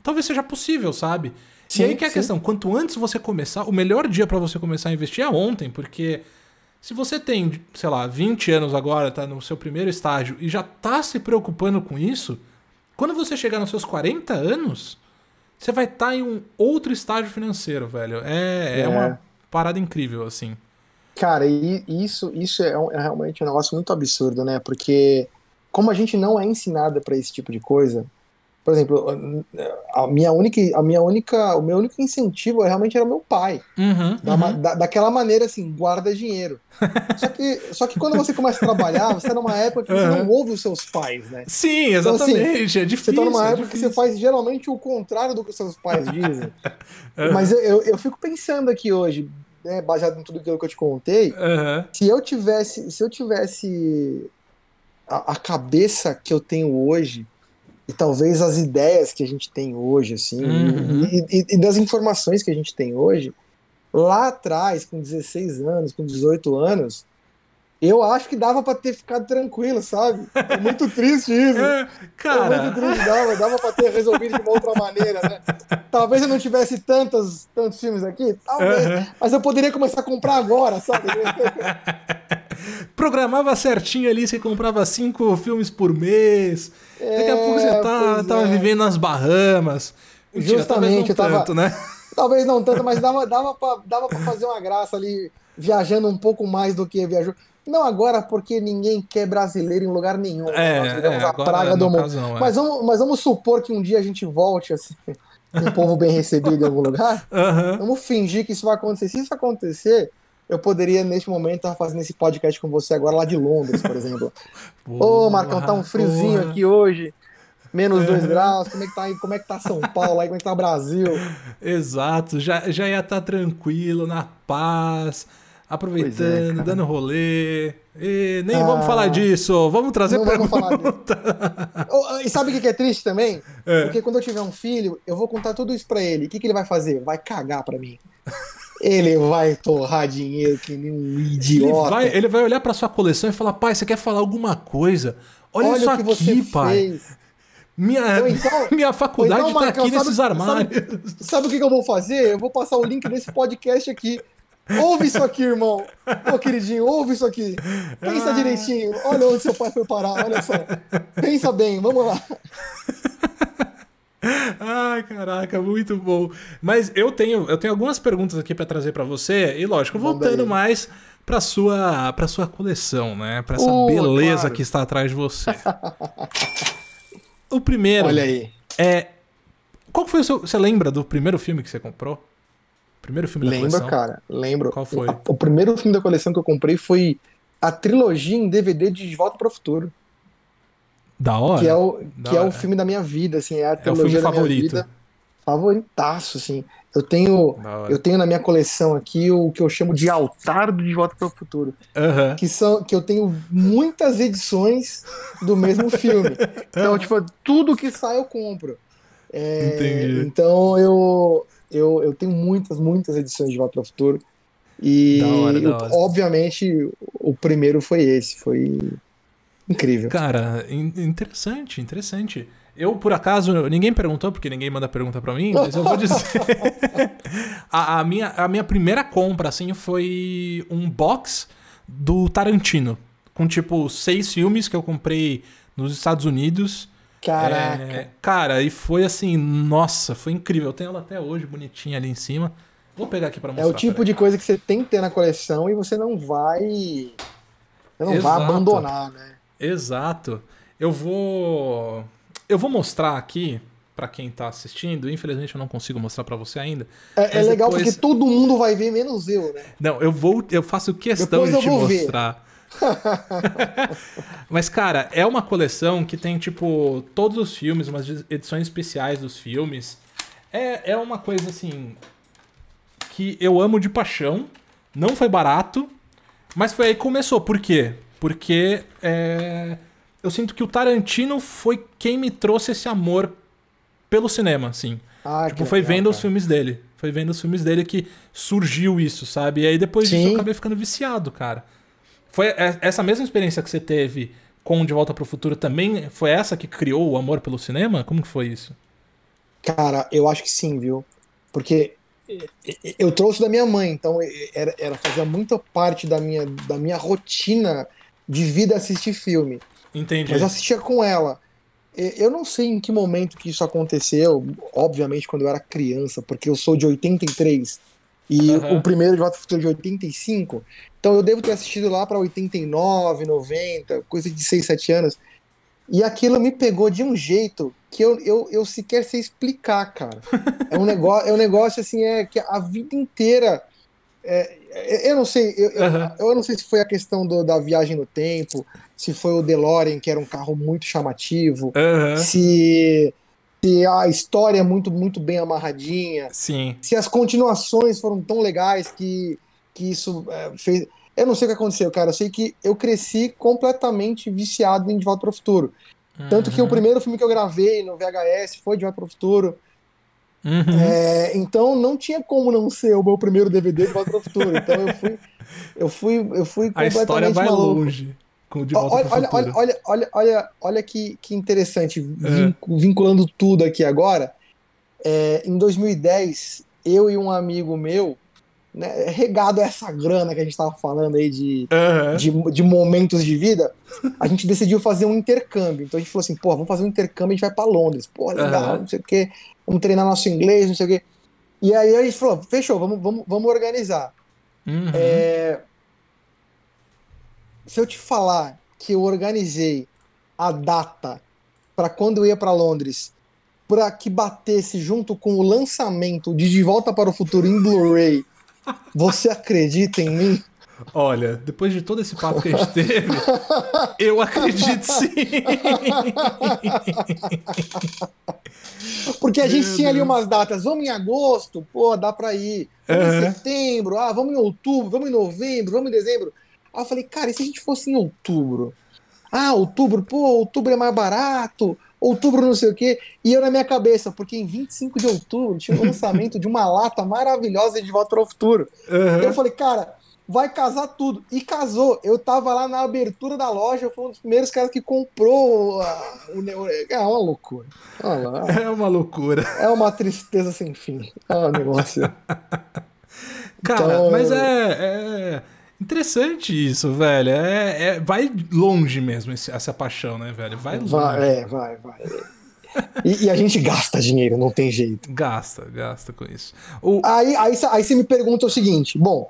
talvez seja possível, sabe? Sim, e aí que é a sim. questão, quanto antes você começar, o melhor dia pra você começar a investir é ontem, porque se você tem, sei lá, vinte anos agora, tá no seu primeiro estágio e já tá se preocupando com isso, quando você chegar nos seus quarenta anos, você vai estar em um outro estágio financeiro, velho. É, é. É. uma parada incrível, assim. Cara, e isso, isso é, um- é realmente um negócio muito absurdo, né? Porque como a gente não é ensinada para esse tipo de coisa, por exemplo, a minha única, a minha única, o meu único incentivo realmente era meu pai. Uhum, Da, ma- uhum. da- daquela maneira assim, guarda dinheiro. Só que, só que quando você começa a trabalhar, você está numa época que você não Uhum. ouve os seus pais, né? Sim, Então, assim, exatamente. É você está difícil, numa é época que você difícil. faz geralmente o contrário do que os seus pais dizem. Uhum, Mas eu, eu, eu fico pensando aqui hoje, né, baseado em tudo aquilo que eu te contei, uhum, se eu tivesse, se eu tivesse a, a cabeça que eu tenho hoje, e talvez as ideias que a gente tem hoje, assim, uhum. e, e- e das informações que a gente tem hoje, lá atrás, com dezesseis anos, com dezoito anos, eu acho que dava pra ter ficado tranquilo, sabe? É muito triste isso. É, É muito cara. triste, dava, dava pra ter resolvido de uma outra maneira, né? Talvez eu não tivesse tantos, tantos filmes aqui, talvez, Uhum. mas eu poderia começar a comprar agora, sabe? Programava certinho ali, você comprava cinco filmes por mês. Daqui a pouco você É, tá, pois tava é. vivendo nas Bahamas. Mentira, talvez não Justamente, eu tava. tanto, né? Talvez não tanto, mas dava, dava pra, dava pra fazer uma graça ali, viajando um pouco mais do que viajou. Não agora, porque ninguém quer brasileiro em lugar nenhum, né? Nós É, é, viramos a agora praga no do mundo. casão, é. Mas vamos, mas vamos supor que um dia a gente volte assim, um povo bem recebido em algum lugar. Aham. Vamos fingir que isso vai acontecer. Se isso acontecer, eu poderia, neste momento, estar fazendo esse podcast com você agora lá de Londres, por exemplo. Ô, Marcão, tá um Porra, friozinho porra. aqui hoje, menos dois Aham. graus. Como é que tá aí? Como é que tá São Paulo aí? Como é que tá o Brasil? Exato, já, já ia estar tranquilo, na paz, Pois é, aproveitando, cara. dando rolê. E nem vamos falar Ah, disso, vamos trazer não vamos falar disso. pergunta. Oh, e sabe o que que é triste também? É. Porque quando eu tiver um filho, eu vou contar tudo isso pra ele. O que que ele vai fazer? Vai cagar pra mim. Ele vai torrar dinheiro que nem um Ele vai, idiota. ele vai olhar pra sua coleção e falar: pai, você quer falar alguma coisa? Olha Olha isso o que você aqui, pai. fez. Minha, Ou então, minha ou faculdade então, tá Marcão, aqui sabe, nesses sabe, armários. sabe o que que eu vou fazer? Eu vou passar o link desse podcast aqui. Ouve isso aqui, irmão. Ô, queridinho, ouve isso aqui. Pensa Ah, direitinho. Olha onde seu pai foi parar. Olha só. Pensa bem, vamos lá. ai, caraca, muito bom. Mas eu tenho, eu tenho algumas perguntas aqui pra trazer pra você, e lógico, Manda voltando aí. mais pra sua, pra sua coleção, né? Pra essa Uh, beleza claro. que está atrás de você. O primeiro Olha aí. é. Qual foi o seu. Você lembra do primeiro filme que você comprou? Primeiro filme da Lembro, coleção? cara. Lembro. Qual O, foi? a- o primeiro filme da coleção que eu comprei foi a trilogia em D V D de De Volta para o Futuro. Da Que é hora? o, Da que é o hora. filme da minha vida, assim. É a É o filme trilogia da minha favorito. vida. Favoritaço, assim. Eu tenho, Da eu hora. tenho na minha coleção aqui o que eu chamo de altar do De Volta para o Futuro. Aham. Que são que eu tenho muitas edições do mesmo filme. Então, tipo, tudo que sai eu compro. É, Entendi. então eu, eu eu tenho muitas, muitas edições de De Volta para o Futuro. Da hora, E da eu- hora. obviamente o primeiro foi esse, foi incrível. Cara, in- interessante, interessante. Eu, por acaso, ninguém perguntou, porque ninguém manda pergunta pra mim, mas eu vou dizer. a, a minha, a minha primeira compra, assim, foi um box do Tarantino. Com, tipo, seis filmes que eu comprei nos Estados Unidos. Caraca. É, cara, e foi assim, nossa, foi incrível. Eu tenho ela até hoje, bonitinha ali em cima. Vou pegar aqui pra É o mostrar. tipo peraí. de coisa que você tem que ter na coleção e você não vai, você não vai Exato. abandonar, né? Exato. Eu vou. Eu vou mostrar aqui pra quem tá assistindo. Infelizmente eu não consigo mostrar pra você ainda. É, é Mas legal depois- porque todo mundo vai ver, menos eu, né? Não, eu vou. Eu faço questão Depois de eu te vou ver. mostrar. Mas, cara, é uma coleção que tem, tipo, todos os filmes, umas edições especiais dos filmes. É, é uma coisa assim. Que eu amo de paixão. Não foi barato. Mas foi aí que começou. Por quê? Porque é, eu sinto que o Tarantino foi quem me trouxe esse amor pelo cinema, assim. Ah, Tipo, que foi legal, vendo os cara. filmes dele. Foi vendo os filmes dele que surgiu isso, sabe? E aí depois disso eu Sim. acabei ficando viciado, cara. Foi é- essa mesma experiência que você teve com De Volta pro Futuro também? Foi essa que criou o amor pelo cinema? Como que foi isso? Cara, eu acho que sim, viu? Porque eu trouxe da minha mãe, então era, era fazia muita parte da minha, da minha rotina de vida assistir filme. Mas eu Entendi. assistia com ela. Eu não sei em que momento que isso aconteceu, obviamente quando eu era criança, porque eu sou de oitenta e três e o Aham. primeiro de Volta ao Futuro é de oitenta e cinco, então eu devo ter assistido lá para oitenta e nove, noventa, coisa de seis, sete anos. E aquilo me pegou de um jeito que eu, eu, eu sequer sei explicar, cara. É um negócio, é um negócio assim, é que a vida inteira. É, é, eu não sei, eu, eu, Aham. eu não sei se foi a questão do- da viagem no tempo, se foi o DeLorean, que era um carro muito chamativo, Aham. se, se a história é muito, muito bem amarradinha, Sim. se as continuações foram tão legais que, que isso é, fez. Eu não sei o que aconteceu, cara. Eu sei que eu cresci completamente viciado em De Volta para o Futuro. Tanto que o Uhum. primeiro filme que eu gravei no V H S foi De Volta para o Futuro. Uhum. É, então não tinha como não ser o meu primeiro D V D De Volta para o Futuro. Então eu fui, eu fui, eu fui A história completamente vai maluco. longe com o De Volta Olha, pro olha, olha, Futuro. olha, olha, olha, olha que, que interessante, É. vinculando tudo aqui agora. É, em dois mil e dez, eu e um amigo meu, né, regado a essa grana que a gente estava falando aí de, Aham. de, de momentos de vida, a gente decidiu fazer um intercâmbio. Então a gente falou assim, pô, vamos fazer um intercâmbio, a gente vai para Londres. Pô, legal, Aham. não sei o quê, vamos treinar nosso inglês, não sei o quê. E aí a gente falou, fechou, vamos, vamos, vamos organizar. Uhum. Se eu te falar que eu organizei a data para quando eu ia para Londres, para que batesse junto com o lançamento de De Volta para o Futuro em Blu-ray, você acredita em mim? Olha, depois de todo esse papo que a gente teve, eu acredito sim. Porque a gente Meu tinha ali Deus. umas datas, vamos em agosto, pô, dá pra ir. Vamos em Aham. setembro, ah, vamos em outubro, vamos em novembro, vamos em dezembro. Aí eu falei, cara, e se a gente fosse em outubro? Ah, outubro, pô, outubro é mais barato, outubro não sei o quê. E eu na minha cabeça, porque em vinte e cinco de outubro tinha o lançamento de uma lata maravilhosa de Volta ao Futuro. Eu Aham. falei, cara, vai casar tudo. E casou. Eu tava lá na abertura da loja, eu fui um dos primeiros caras que comprou a- o. ne- É uma loucura. Olha lá. É uma loucura. É uma tristeza sem fim. É um negócio. Cara, mas Então, é, é interessante isso, velho. É, é- vai longe mesmo esse- essa paixão, né, velho? Vai vai, longe. é, vai, vai. E, e a gente gasta dinheiro, não tem jeito. Gasta, gasta com isso. O, Aí, aí, aí você me pergunta o seguinte: bom,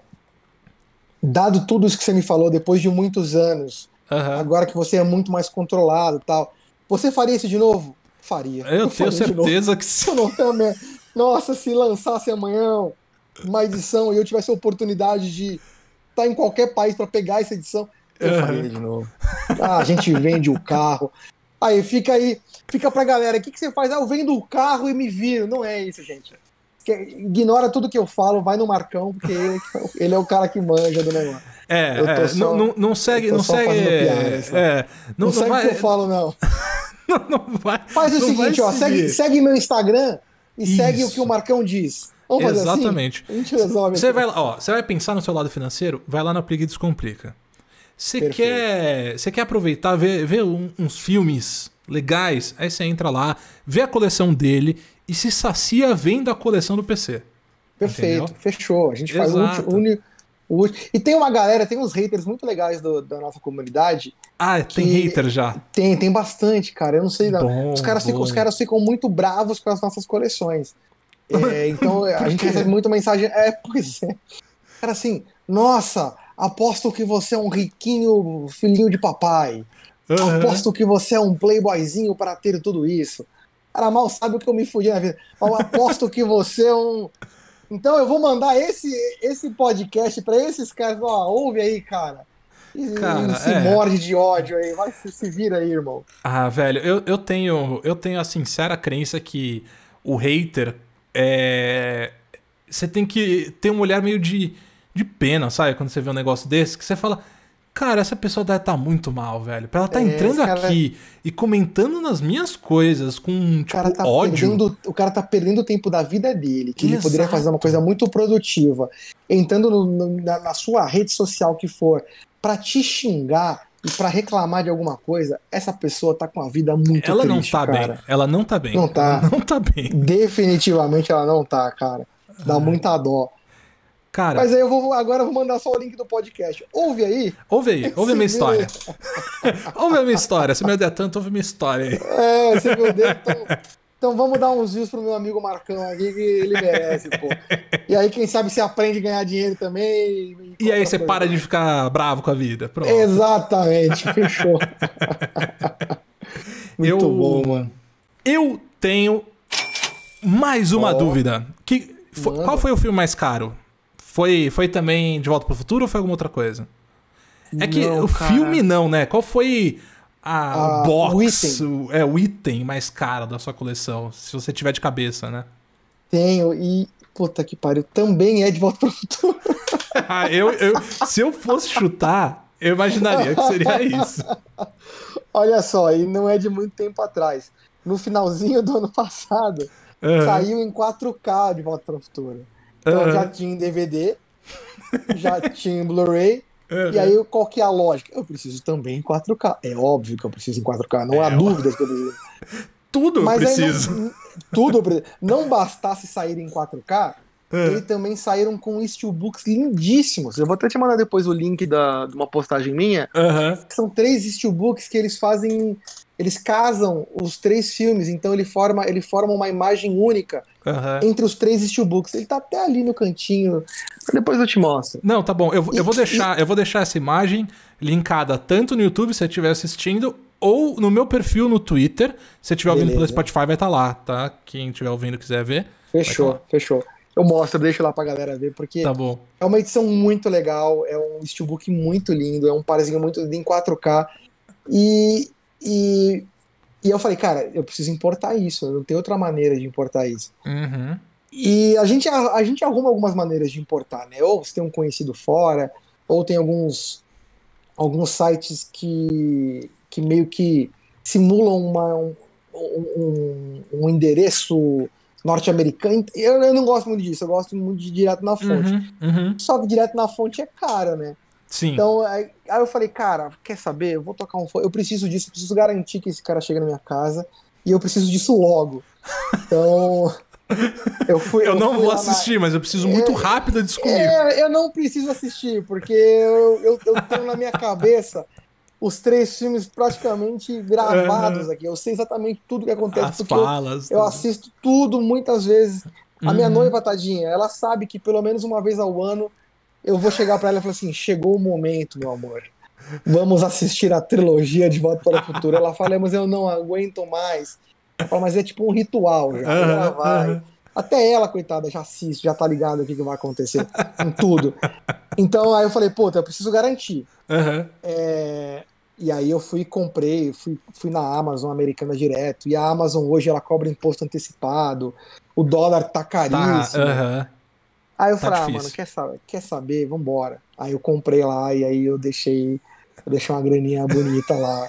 dado tudo isso que você me falou, depois de muitos anos, aham. agora que você é muito mais controlado e tal, você faria isso de novo? Faria. Eu Eu tenho faria de novo. certeza que sim. Eu não tenho a minha- Nossa, se lançasse amanhã uma edição e eu tivesse a oportunidade de estar em qualquer país para pegar essa edição, eu faria Aham. de novo. Ah, a gente vende o carro. Aí fica aí, fica pra galera, o que, que você faz? Ah, eu vendo o carro e me viro. Não é isso, gente. Ignora tudo que eu falo, vai no Marcão, porque ele, ele é o cara que manja do negócio. Eu tô É, é, não, só, não, não eu segue, tô não só segue, fazendo piada, só. é, não, Não não segue o que eu vai, falo, não. não, não vai, Faz o não vai seguinte, ó, segue, seguir. segue meu Instagram e segue o que o Isso, Marcão diz. Vamos fazer assim? exatamente. A gente resolve Você aqui. vai, lá- ó, você vai pensar no seu lado financeiro, vai lá na Plique e Descomplica. Você Perfeito. quer, você quer aproveitar, ver, ver um- uns filmes legais, aí você entra lá, vê a coleção dele e se sacia vendo a coleção do P C. Entendeu? Perfeito, fechou. A gente faz o último. Exato. uni- o ulti- E tem uma galera, tem uns haters muito legais do- da nossa comunidade Ah, tem que hater já. tem, tem bastante, cara. Eu não sei, não. Os Bom, caras ficam, os bom. caras ficam muito bravos com as nossas coleções. É, então a Por gente recebe quê? muita mensagem. É, pois é. Cara, assim, nossa, aposto que você é um riquinho filhinho de papai. Aham. Aposto que você é um playboyzinho para ter tudo isso. Cara, mal sabe o que eu me fudi na vida. Eu aposto que você é um. Então eu vou mandar esse, esse podcast para esses caras. Ó, ouve aí, cara. E, e Cara, se é. morde de ódio aí. Vai, se, se vira aí, irmão. Ah, velho, eu, eu tenho eu tenho a sincera crença que o hater é. Você tem que ter um olhar meio de, de pena, sabe? Quando você vê um negócio desse, que você fala, cara, essa pessoa deve estar muito mal, velho. Pra ela tá É, esse entrando cara, aqui e comentando nas minhas coisas com, o cara tipo, tá ódio. perdendo, o cara tá perdendo o tempo da vida dele, que ele poderia fazer uma coisa Exato. muito produtiva, entrando no- no- na, na sua rede social que for, para te xingar e pra reclamar de alguma coisa, essa pessoa tá com a vida muito ela triste, não tá cara. bem. Ela não tá bem. Não tá. Ela não tá bem. Definitivamente ela não tá, cara. Dá muita dó. Cara, Mas aí eu vou agora eu vou mandar só o link do podcast. Ouve aí. ouve aí, ouve a minha Você história. vê. Ouve a minha história. Se me der tanto, ouve a minha história aí. É, você viu dele, então, então vamos dar uns views pro meu amigo Marcão aqui, que ele merece, pô. E aí, quem sabe você aprende a ganhar dinheiro também. E aí você para de ficar bravo com a vida. Pronto. Exatamente, fechou. Muito eu, bom, mano. Eu tenho mais uma Ó. dúvida. Que, foi- Manda. qual foi o filme mais caro? Foi, foi também De Volta pro Futuro ou foi alguma outra coisa? É que Não, o cara. filme não, né? Qual foi a, Ah, o box, o o, é, o item mais caro da sua coleção? Se você tiver de cabeça, né? Tenho e. Puta que pariu. Também é De Volta pro Futuro. Ah, eu, eu, se eu fosse chutar, eu imaginaria que seria isso. Olha só, e não é de muito tempo atrás. No finalzinho do ano passado, Aham. saiu em quatro K De Volta pro Futuro. Então Aham. já tinha em D V D, já tinha em Blu-ray. Aham. E aí, qual que é a lógica? Eu preciso também em quatro K. É óbvio que eu preciso em quatro K, não há É, dúvidas que eu preciso. Tudo eu Mas aí preciso. não, tudo eu preciso. Não bastasse sair em quatro K, É. eles também saíram com steelbooks lindíssimos. Eu vou até te mandar depois o link da, de uma postagem minha. Aham. São três steelbooks que eles fazem. Eles casam os três filmes, então ele forma, ele forma uma imagem única Aham. entre os três steelbooks. Ele tá até ali no cantinho. Depois eu te mostro. Não, tá bom. Eu, eu, vou E- deixar, eu vou deixar essa imagem linkada tanto no YouTube, se você estiver assistindo, ou no meu perfil no Twitter. Se você estiver ouvindo pelo Beleza. Spotify, vai estar lá, tá? Quem estiver ouvindo e quiser ver. Fechou, Vai tá fechou. Eu mostro, deixo lá pra galera ver, porque Tá bom. é uma edição muito legal, é um steelbook muito lindo, é um parzinho muito lindo em quatro K. E, e, e eu falei, cara, eu preciso importar isso, eu não tenho outra maneira de importar isso. Uhum. E a gente, a, a gente arruma algumas maneiras de importar, né? Ou você tem um conhecido fora, ou tem alguns, alguns sites que, que meio que simulam uma, um, um, um endereço norte-americano. Eu, eu não gosto muito disso, eu gosto muito de direto na fonte. Uhum. Uhum. Só que direto na fonte é caro, né? Sim. Então, aí, aí eu falei, cara, quer saber? Eu vou tocar um fone. Eu preciso disso, eu preciso garantir que esse cara chega na minha casa e eu preciso disso logo. Então, eu fui. eu não fui vou lá na- assistir, mas eu preciso muito rápido disso comigo. É, eu não preciso assistir, porque eu, eu, eu tenho na minha cabeça os três filmes praticamente gravados aqui. Eu sei exatamente tudo que acontece, As porque eu, falas. eu tudo. assisto tudo muitas vezes. A minha Uhum. noiva, tadinha, ela sabe que pelo menos uma vez ao ano eu vou chegar pra ela e falar assim: chegou o momento, meu amor. Vamos assistir a trilogia de Volta para o Futuro. Ela fala, mas eu não aguento mais. Eu falo, mas é tipo um ritual já. Aí ela Aham, vai. aham. Até ela, coitada, já assiste, já tá ligado o que, que vai acontecer em tudo. Então aí eu falei, pô, eu preciso garantir. Aham. É, E aí eu fui e comprei, fui, fui na Amazon americana direto. E a Amazon hoje ela cobra imposto antecipado. O dólar tá Tá. caríssimo. Aham. Aí eu Tá falei, ah, difícil. mano, quer saber, quer saber? Vambora. Aí eu comprei lá e aí eu deixei, eu deixei uma graninha bonita lá.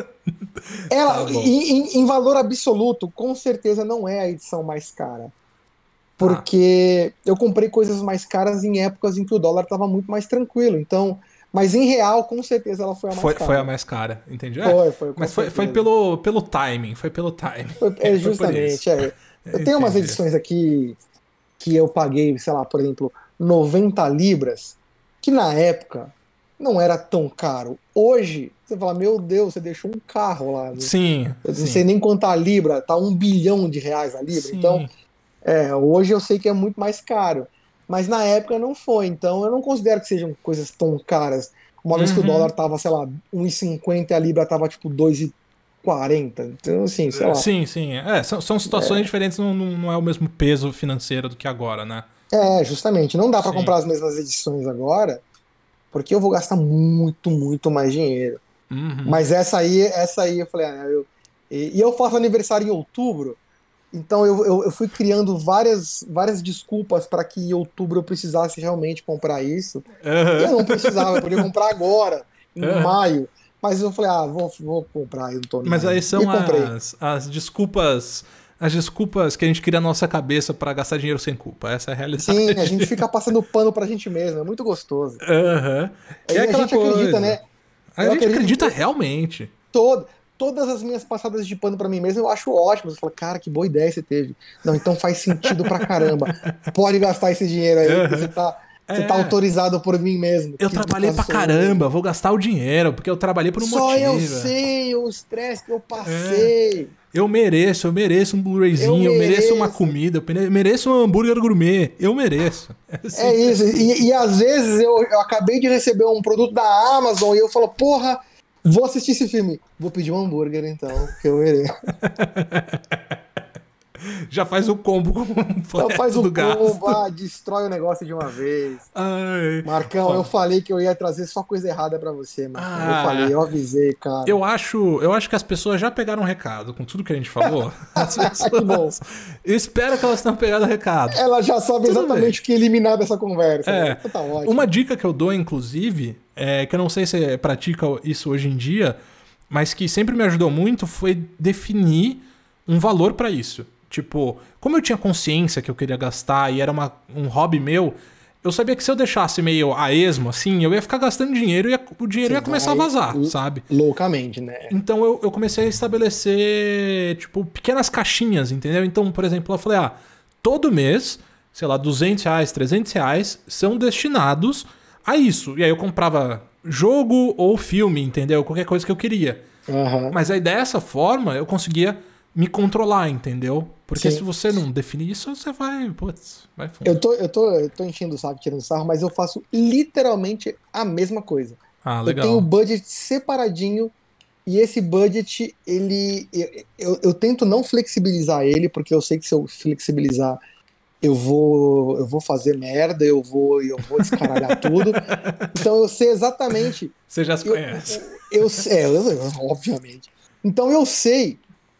Ela, Tá bom. em, em- em valor absoluto, com certeza não é a edição mais cara. Porque eu comprei coisas mais caras em épocas em que o dólar estava muito mais tranquilo. Então, mas em real, com certeza ela foi a mais Foi, cara. foi a mais cara, entendi. É, Foi, foi, com mas foi, foi certeza. pelo, pelo timing, foi pelo timing. Foi- é, Foi por justamente, isso. é. Eu tenho umas Entendi. edições aqui que eu paguei, sei lá, por exemplo, noventa libras, que na época não era tão caro. Hoje, você fala, meu Deus, você deixou um carro lá. Né? Sim, Eu não sim. sei nem quanto a libra, tá um bilhão de reais a libra. Sim. Então, é, hoje eu sei que é muito mais caro. Mas na época não foi, então eu não considero que sejam coisas tão caras. Uma vez que o Uhum. dólar tava, sei lá, um e cinquenta e a libra tava tipo dois e quarenta. Então, assim, sei lá. Sim, sim. É, são, são situações diferentes, não, não não é o mesmo peso financeiro do que agora, né? É, justamente. Não dá pra Sim. comprar as mesmas edições agora, porque eu vou gastar muito, muito mais dinheiro. Uhum. Mas essa aí, essa aí eu falei, ah, eu, e, e eu faço aniversário em outubro, então eu, eu, eu fui criando várias, várias desculpas para que em outubro eu precisasse realmente comprar isso. E eu Aham. não precisava, eu podia comprar agora, em Aham. maio. Mas eu falei, ah, vou, vou comprar, eu não tô nem Mas aí E são comprei. as, as desculpas. As desculpas que a gente cria na nossa cabeça pra gastar dinheiro sem culpa. Essa é a realidade. Sim, a gente fica passando pano pra gente mesmo, é muito gostoso. Aham. E É a aquela gente acredita, coisa. né? A Eu gente acredito acredita que realmente. todo, todas as minhas passadas de pano pra mim mesmo eu acho ótimas. Eu falo, cara, que boa ideia você teve. Não, então faz sentido pra caramba. Pode gastar esse dinheiro aí, que você Uhum. tá, você tá É. autorizado por mim mesmo. Eu Que no trabalhei caso pra sou eu mesmo. caramba, vou gastar o dinheiro, porque eu trabalhei por um Só eu motivo. sei o estresse que eu É. passei. Eu mereço, eu mereço um Eu Blu-rayzinho, eu mereço uma mereço. comida, eu mereço um hambúrguer gourmet. Eu mereço. É É simples isso. assim. E, e às vezes eu, eu acabei de receber um produto da Amazon e eu falo, porra, vou assistir esse filme. Vou pedir um hambúrguer então, que eu mereço. Já faz o combo Então faz completo o do combo, gasto. ah, destrói o negócio de uma vez. Ai. Marcão, eu Ó, falei que eu ia trazer só coisa errada pra você, Marcão. Eu falei, ah, eu avisei, cara. eu acho, eu acho que as pessoas já pegaram o recado com tudo que a gente falou. As Que bom. pessoas. Eu espero que elas tenham pegado o recado. Ela já sabe Tudo bem. exatamente o que eliminar dessa conversa, né? É. Então tá ótimo. Uma dica que eu dou, inclusive, é que eu não sei se você pratica isso hoje em dia, mas que sempre me ajudou muito foi definir um valor pra isso. Tipo, como eu tinha consciência que eu queria gastar e era uma, um hobby meu, eu sabia que se eu deixasse meio a esmo, assim, eu ia ficar gastando dinheiro e ia- o dinheiro Você ia começar a vai vazar, l- sabe? loucamente, né? Então eu, eu comecei a estabelecer, tipo, pequenas caixinhas, entendeu? Então, por exemplo, eu falei, ah, todo mês, sei lá, duzentos reais, trezentos reais são destinados a isso. E aí eu comprava jogo ou filme, entendeu? Qualquer coisa que eu queria. Aham. Mas aí dessa forma eu conseguia me controlar, entendeu? Porque Sim. se você não definir isso, você vai, putz, vai fundo. Eu tô, eu, tô, eu tô enchendo o saco, tirando sarro, mas eu faço literalmente a mesma coisa. Ah, Eu tenho o legal. budget separadinho e esse budget, ele. Eu, eu, eu tento não flexibilizar ele, porque eu sei que se eu flexibilizar, eu vou, eu vou fazer merda, eu vou, eu vou descaralhar tudo. Então eu sei exatamente. Você já se Eu, conhece. eu, eu, é, eu- obviamente. Então eu sei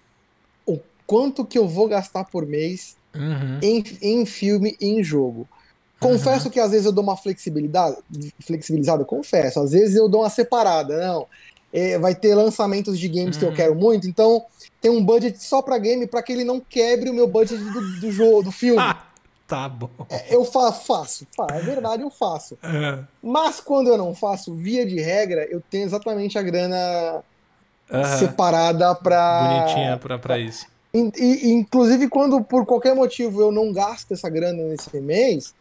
o quanto que eu vou gastar por mês Uhum. em, em filme e em jogo. Confesso que às vezes eu dou uma flexibilidade, flexibilizada, confesso. Às vezes eu dou uma separada, não. É, vai ter lançamentos de games que eu Uhum. quero muito, então tem um budget só pra game pra que ele não quebre o meu budget do, do jogo, do filme. Ah, tá bom. Eu fa faço, fa é verdade, eu faço. É. Mas quando eu não faço, via de regra, eu tenho exatamente a grana Aham. separada pra. Bonitinha pra, pra isso. In- e- Inclusive, quando por qualquer motivo eu não gasto essa grana nesse mês,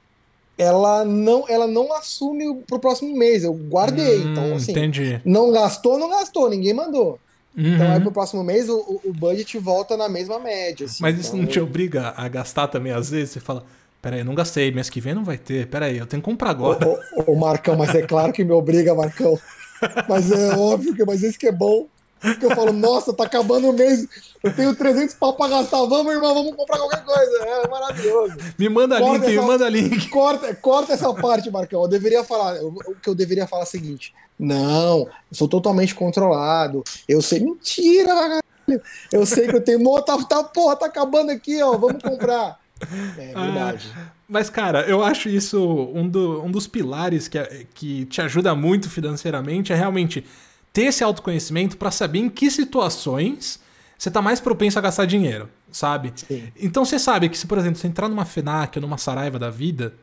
ela não, ela não assume pro próximo mês. Eu guardei. Hum, Então, assim, entendi. não gastou, não gastou, ninguém mandou. Então, aí Uhum. pro próximo mês o, o- o budget volta na mesma média. Assim. Mas isso Então, não te obriga a gastar também às vezes? Você fala, peraí, eu não gastei, mês que vem não vai ter, peraí, eu tenho que comprar agora. ô, ô, ô, Marcão, mas é claro que me obriga, Marcão. Mas é óbvio que, mas isso que é bom. Porque eu falo, nossa, tá acabando o mês, eu tenho trezentos pau pra gastar, vamos, irmão, vamos comprar qualquer coisa. É maravilhoso. Me manda Corta link, me essa- manda link. Corta, corta essa parte, Marcão. Eu deveria falar, eu- o que eu deveria falar é o seguinte: não, eu sou totalmente controlado. Eu sei, mentira, caralho. Eu sei que eu tenho, Mô, tá, tá, porra, tá acabando aqui, ó, vamos comprar. É verdade. Mas, cara, eu acho isso um, do- um dos pilares que, que te ajuda muito financeiramente é realmente ter esse autoconhecimento pra saber em que situações você tá mais propenso a gastar dinheiro, sabe? Sim. Então você sabe que se, por exemplo, você entrar numa FENAC ou numa Saraiva da vida,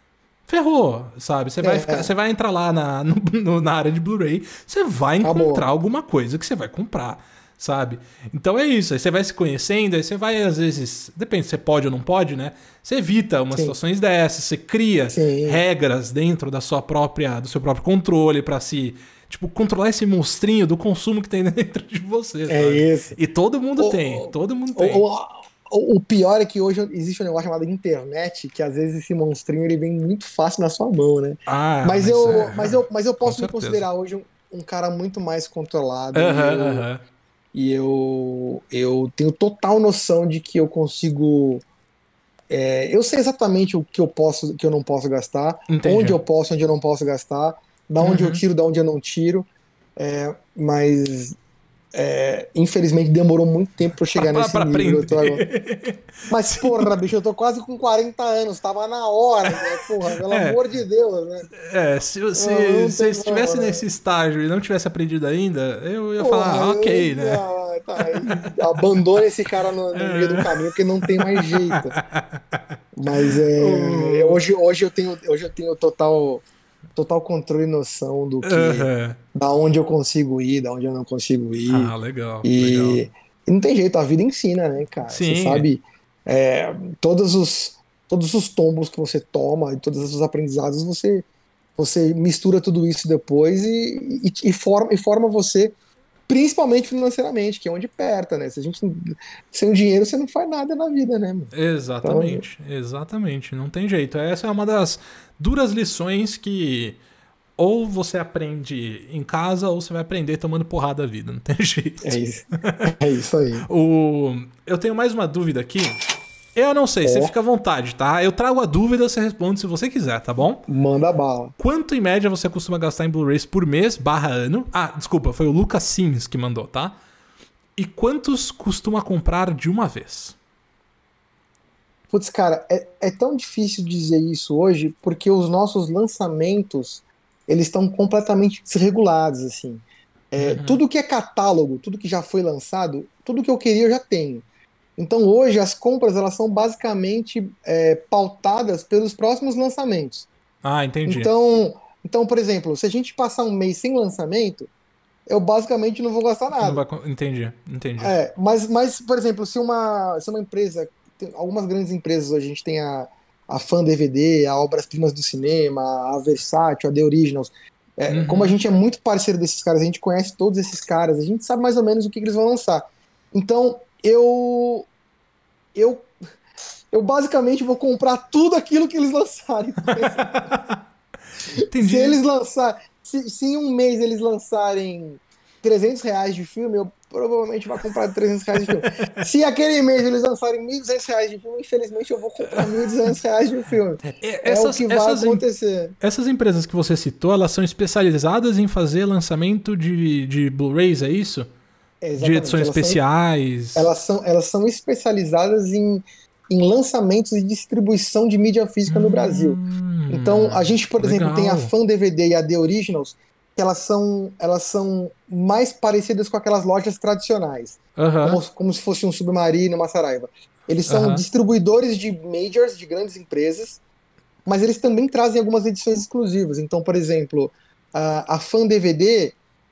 ferrou, sabe? Você vai, É, ficar, é. você vai entrar lá na, no- no- na área de Blu-ray, você vai Acabou. encontrar alguma coisa que você vai comprar, sabe? Então é isso, aí você vai se conhecendo, aí você vai às vezes, depende se você pode ou não pode, né? Você evita umas Sim. situações dessas, você cria Sim. regras dentro da sua própria, do seu próprio controle pra se, tipo, controlar esse monstrinho do consumo que tem dentro de você, sabe? É isso. E todo mundo O- tem, todo mundo O, tem. o, o- o pior é que hoje existe um negócio chamado internet, que às vezes esse monstrinho ele vem muito fácil na sua mão, né? Ah, mas, eu, é. mas, eu, mas eu posso me certeza. considerar hoje um, um cara muito mais controlado. Aham, e eu, aham. e eu, eu tenho total noção de que eu consigo. é, eu sei exatamente o que eu posso, o que eu não posso gastar, Entendi. onde eu posso, onde eu não posso gastar, da onde Uhum. eu tiro, da onde eu não tiro. é, mas é, infelizmente demorou muito tempo pra eu chegar Pra- nesse pra nível. Eu tô agora. aprender. Mas, porra, bicho, eu tô quase com quarenta anos, tava na hora, né? Porra, pelo É. amor de Deus, né? É, se você Não, não se tem você estivesse como, né? nesse estágio e não tivesse aprendido ainda, eu ia Porra, falar, ah, ok, eu- né? ah, tá, aí abandona esse cara no, no meio do caminho, porque não tem mais jeito. Mas é, Oh. hoje, hoje, eu tenho, hoje eu tenho total total controle e noção do que, Aham. da onde eu consigo ir, da onde eu não consigo ir. Ah, legal, legal. E, e não tem jeito, a vida ensina, né, cara? Você Sim. sabe, é, todos os, todos os tombos que você toma e todos os aprendizados, você, você mistura tudo isso depois e, e, e forma, e forma você, principalmente financeiramente, que é onde aperta, né? Se a gente, sem o dinheiro, você não faz nada na vida, né, mano? Exatamente, então, exatamente. Não tem jeito. Essa é uma das duras lições que ou você aprende em casa ou você vai aprender tomando porrada da vida. Não tem jeito. É isso, é isso aí. O... Eu tenho mais uma dúvida aqui. Eu não sei, oh. Você fica à vontade, tá? Eu trago a dúvida, você responde se você quiser, tá bom? Manda bala. Quanto em média você costuma gastar em Blu-rays por mês barra ano? Ah, desculpa, foi o Lucas Sims que mandou, tá? E quantos costuma comprar de uma vez? Putz, cara, é, é tão difícil dizer isso hoje porque os nossos lançamentos, eles estão completamente desregulados, assim. É, uhum. Tudo que é catálogo, tudo que já foi lançado, tudo que eu queria eu já tenho. Então hoje as compras elas são basicamente é, pautadas pelos próximos lançamentos. Ah, entendi. Então, então, por exemplo, se a gente passar um mês sem lançamento, eu basicamente não vou gastar nada. Não vai... Entendi, entendi. É, mas, mas, por exemplo, se uma, se uma empresa, tem algumas grandes empresas hoje, a gente tem a, a Fan D V D, a Obras Primas do Cinema, a Versátil, a The Originals. É, uhum. Como a gente é muito parceiro desses caras, a gente conhece todos esses caras, a gente sabe mais ou menos o que, que eles vão lançar. Então, eu, eu, eu basicamente vou comprar tudo aquilo que eles lançarem. Entendi. Se eles lançarem, se, se em um mês eles lançarem trezentos reais de filme, eu provavelmente vou comprar trezentos reais de filme. Se aquele mês eles lançarem mil e duzentos reais de filme, infelizmente eu vou comprar mil e duzentos reais de filme. É, essas, é o que vai essas acontecer. Em, essas empresas que você citou, elas são especializadas em fazer lançamento de, de Blu-rays, é isso? Exatamente. De edições elas especiais? São, elas, são, elas são especializadas em, em lançamentos e distribuição de mídia física hum, no Brasil. Então, a gente, por legal. exemplo, tem a Fan D V D e a The Originals, que elas são, elas são mais parecidas com aquelas lojas tradicionais. Uhum. Como, como se fosse um Submarino, uma Saraiva. Eles são uhum. distribuidores de majors, de grandes empresas, mas eles também trazem algumas edições exclusivas. Então, por exemplo, a, a Fan D V D,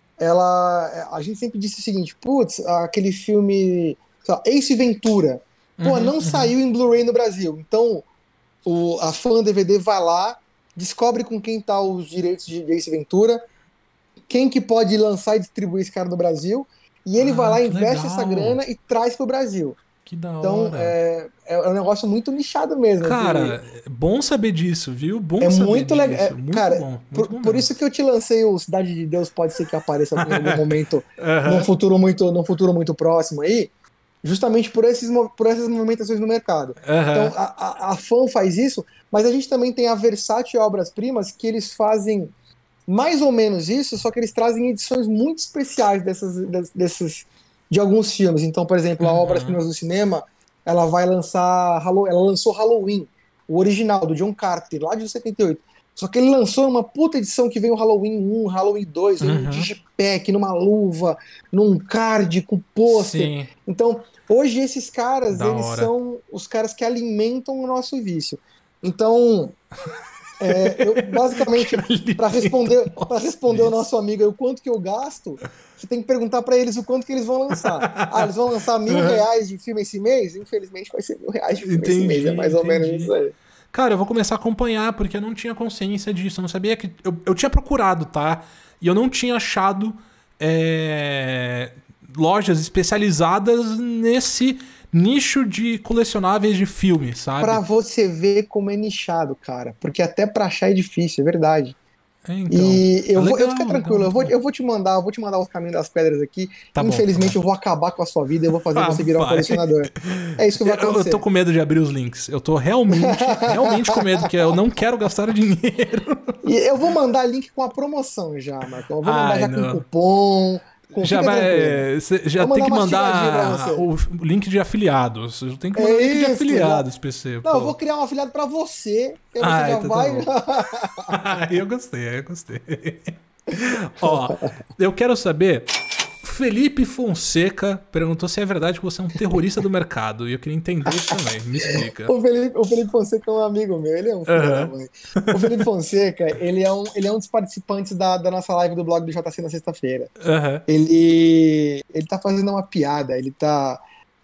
ela, a gente sempre disse o seguinte, putz, aquele filme, sei lá, Ace Ventura, pô, uhum, não uhum. saiu em Blu-ray no Brasil. Então, o, a Fan D V D vai lá, descobre com quem tá os direitos de Ace Ventura, quem que pode lançar e distribuir esse cara no Brasil, e ele ah, vai lá, investe legal. essa grana e traz pro Brasil. Que da hora. Então, é, é um negócio muito nichado mesmo. Cara, é bom saber disso, viu? Bom é saber muito legal. É, muito cara, bom. Muito por, bom por isso que eu te lancei o Cidade de Deus, pode ser que apareça em algum momento, uhum. num, futuro muito, num futuro muito próximo aí, justamente por, esses, por essas movimentações no mercado. Uhum. Então, a, a, a Fan faz isso, mas a gente também tem a Versátil Obras Primas, que eles fazem mais ou menos isso, só que eles trazem edições muito especiais dessas, desses, de alguns filmes. Então, por exemplo, a uhum. Obras Primas do Cinema, ela vai lançar, ela lançou Halloween, o original, do John Carter, lá de setenta e oito. Só que ele lançou uma puta edição que vem o Halloween um, Halloween dois, uhum. um digipack, numa luva, num card, com pôster. Então, hoje esses caras, da eles hora. São os caras que alimentam o nosso vício. Então... É, eu, basicamente, para responder, para responder o nosso amigo aí, o quanto que eu gasto, você tem que perguntar para eles o quanto que eles vão lançar. Ah, eles vão lançar mil uhum. reais de filme esse mês? Infelizmente vai ser mil reais de filme entendi, esse mês, é mais entendi. ou menos isso aí. Cara, eu vou começar a acompanhar, porque eu não tinha consciência disso, eu não sabia que... Eu, eu tinha procurado, tá? E eu não tinha achado é, lojas especializadas nesse... nicho de colecionáveis de filme, sabe? Pra você ver como é nichado, cara. Porque até pra achar é difícil, é verdade. É, então. E eu, é legal, vou, eu fica tranquilo, legal, eu, vou, eu vou te mandar, eu vou te mandar os caminhos das pedras aqui. Tá Infelizmente, bom, tá eu vou acabar com a sua vida, eu vou fazer ah, você virar vai. um colecionador. É isso que vai acontecer. Eu, eu tô com medo de abrir os links. Eu tô realmente, realmente com medo, que eu não quero gastar o dinheiro. E eu vou mandar link com a promoção já, Marcão. Eu vou mandar Ai, já não. com cupom. Já, vai, já tem que mandar o link de afiliados. Tem que mandar o é link de isso, afiliados, P C. Não, pô. eu vou criar um afiliado pra você. Que aí você ah, já então vai. Tá eu gostei, eu gostei. Ó, eu quero saber Felipe Fonseca perguntou se é verdade que você é um terrorista do mercado. E eu queria entender isso também. Me explica. O Felipe, o Felipe Fonseca é um amigo meu, ele é um filho Uhum. da mãe. O Felipe Fonseca, ele é um, ele é um dos participantes da, da nossa live do blog do J C na sexta-feira. Uhum. Ele, ele tá fazendo uma piada, ele tá...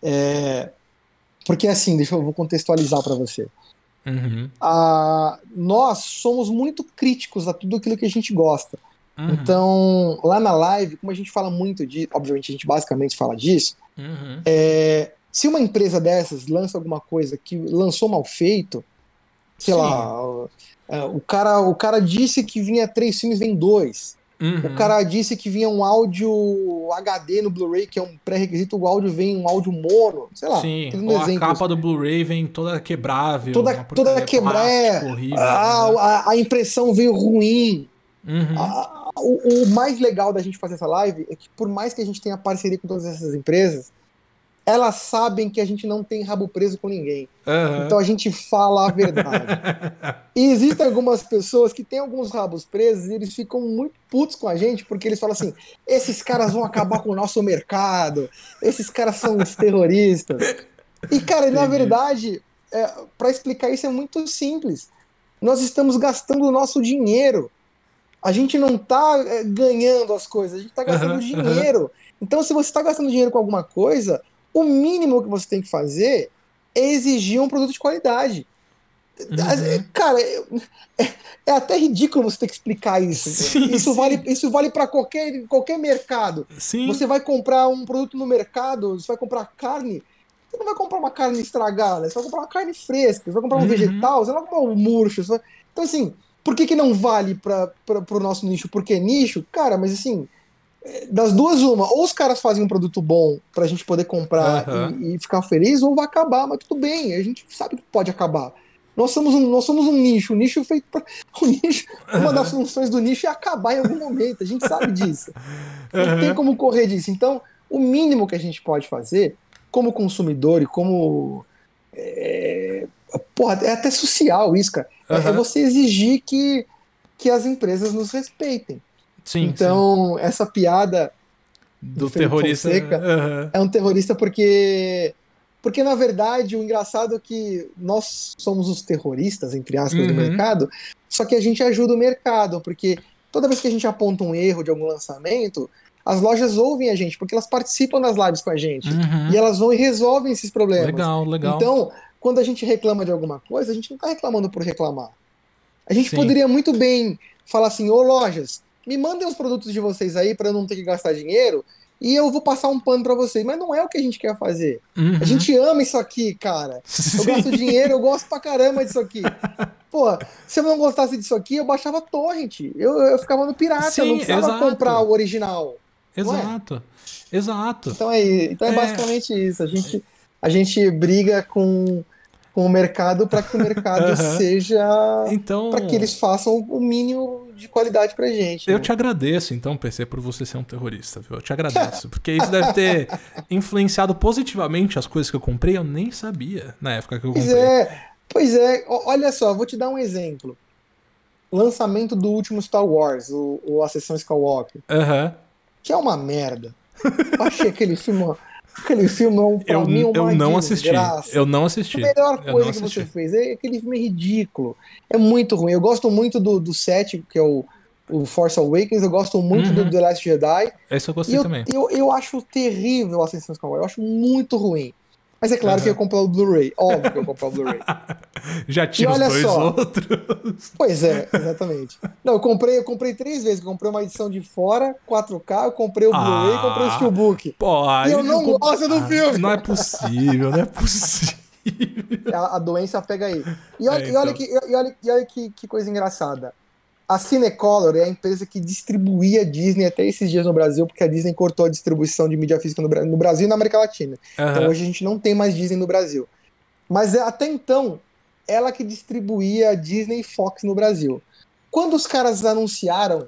É, porque assim, deixa eu vou contextualizar para você. Uhum. Ah, nós somos muito críticos a tudo aquilo que a gente gosta. Uhum. Então, lá na live, como a gente fala muito disso, obviamente a gente basicamente fala disso, Uhum. é, se uma empresa dessas lança alguma coisa que lançou mal feito, sei Sim. lá, o, o, cara, o cara disse que vinha três filmes, vem dois. Uhum. O cara disse que vinha um áudio H D no Blu-ray, que é um pré-requisito, o áudio vem um áudio mono, sei lá. Sim, ou a capa do Blu-ray vem toda quebrável, toda, toda quebrada, horrível. A, né? a, a impressão veio ruim. Uhum. A, o, o mais legal da gente fazer essa live é que, por mais que a gente tenha parceria com todas essas empresas, elas sabem que a gente não tem rabo preso com ninguém. Uhum. Então a gente fala a verdade. E existem algumas pessoas que têm alguns rabos presos e eles ficam muito putos com a gente porque eles falam assim: esses caras vão acabar com o nosso mercado, esses caras são os terroristas. E, cara, na verdade, é, para explicar isso é muito simples. Nós estamos gastando o nosso dinheiro. A gente não está é, ganhando as coisas, a gente está gastando Uhum, dinheiro. uhum. Então, se você está gastando dinheiro com alguma coisa, o mínimo que você tem que fazer é exigir um produto de qualidade. Uhum. Cara, é, é até ridículo você ter que explicar isso. Sim, isso sim. vale, isso vale para qualquer, qualquer mercado. Sim. Você vai comprar um produto no mercado, você vai comprar carne, você não vai comprar uma carne estragada, você vai comprar uma carne fresca, você vai comprar um Uhum. vegetal, você não vai comprar um murcho. Vai... Então, assim, por que, que não vale para o nosso nicho? Porque é nicho? Cara, mas assim, das duas, uma, ou os caras fazem um produto bom pra gente poder comprar Uhum. e, e ficar feliz, ou vai acabar, mas tudo bem, a gente sabe que pode acabar. Nós somos um, nós somos um nicho, um nicho feito pra. Um nicho, uma das funções do nicho é acabar em algum momento, a gente sabe disso. Não Uhum. tem como correr disso. Então, o mínimo que a gente pode fazer, como consumidor e como. É, porra, é até social isso, cara. É, Uhum. é você exigir que, que as empresas nos respeitem. Sim, então, sim. essa piada do, do terrorista Fonseca uhum. é um terrorista porque. Porque, na verdade, o engraçado é que nós somos os terroristas, entre aspas, uhum. do mercado, só que a gente ajuda o mercado, porque toda vez que a gente aponta um erro de algum lançamento, as lojas ouvem a gente, porque elas participam das lives com a gente. Uhum. E elas vão e resolvem esses problemas. Legal, legal. Então, quando a gente reclama de alguma coisa, a gente não está reclamando por reclamar. A gente Sim. poderia muito bem falar assim: ô lojas, me mandem os produtos de vocês aí para eu não ter que gastar dinheiro e eu vou passar um pano para vocês. Mas não é o que a gente quer fazer. Uhum. A gente ama isso aqui, cara. Sim. Eu gasto dinheiro, eu gosto pra caramba disso aqui. Pô, se eu não gostasse disso aqui, eu baixava torrent. Eu, eu ficava no pirata, Sim, eu não precisava exato. comprar o original. Exato. É? Exato. Então é, então é, é basicamente isso. A gente, a gente briga com, com o mercado para que o mercado uhum. seja. Então, para que eles façam o mínimo de qualidade pra gente. Eu né? te agradeço, então, P C, por você ser um terrorista, viu? Eu te agradeço. Porque isso deve ter influenciado positivamente as coisas que eu comprei. Eu nem sabia na época que eu comprei. Pois é, pois é. Olha só, vou te dar um exemplo. Lançamento do último Star Wars, o, o Ascensão Skywalker. Aham. Uhum. Que é uma merda. Eu achei aquele filme. Aquele filme, pra eu, mim, uma eu não desgraça. assisti. Eu não assisti. A melhor coisa que você fez. É, aquele filme é ridículo. É muito ruim. Eu gosto muito do, do set, que é o, o Force Awakens. Eu gosto muito uhum. do The Last Jedi. Esse eu gostei e eu, também. Eu, eu acho terrível a Ascensão Skywalker. Eu acho muito ruim. Mas é claro uhum. que eu ia comprar o Blu-ray. Óbvio que eu ia comprar o Blu-ray. Já tinha os dois só. outros. Pois é, exatamente. Não, eu comprei, eu comprei três vezes. Eu comprei uma edição de fora, quatro K, eu comprei o Blu-ray e ah, comprei o Steelbook. Pô, e eu não eu gosto do ah, filme. Não é possível, não é possível. A, a doença pega aí. E olha, é, então. e olha, que, e olha, e olha que, que coisa engraçada. A Cinecolor é a empresa que distribuía a Disney até esses dias no Brasil, porque a Disney cortou a distribuição de mídia física no, no Brasil e na América Latina. Uhum. Então hoje a gente não tem mais Disney no Brasil. Mas até então, ela que distribuía a Disney e Fox no Brasil. Quando os caras anunciaram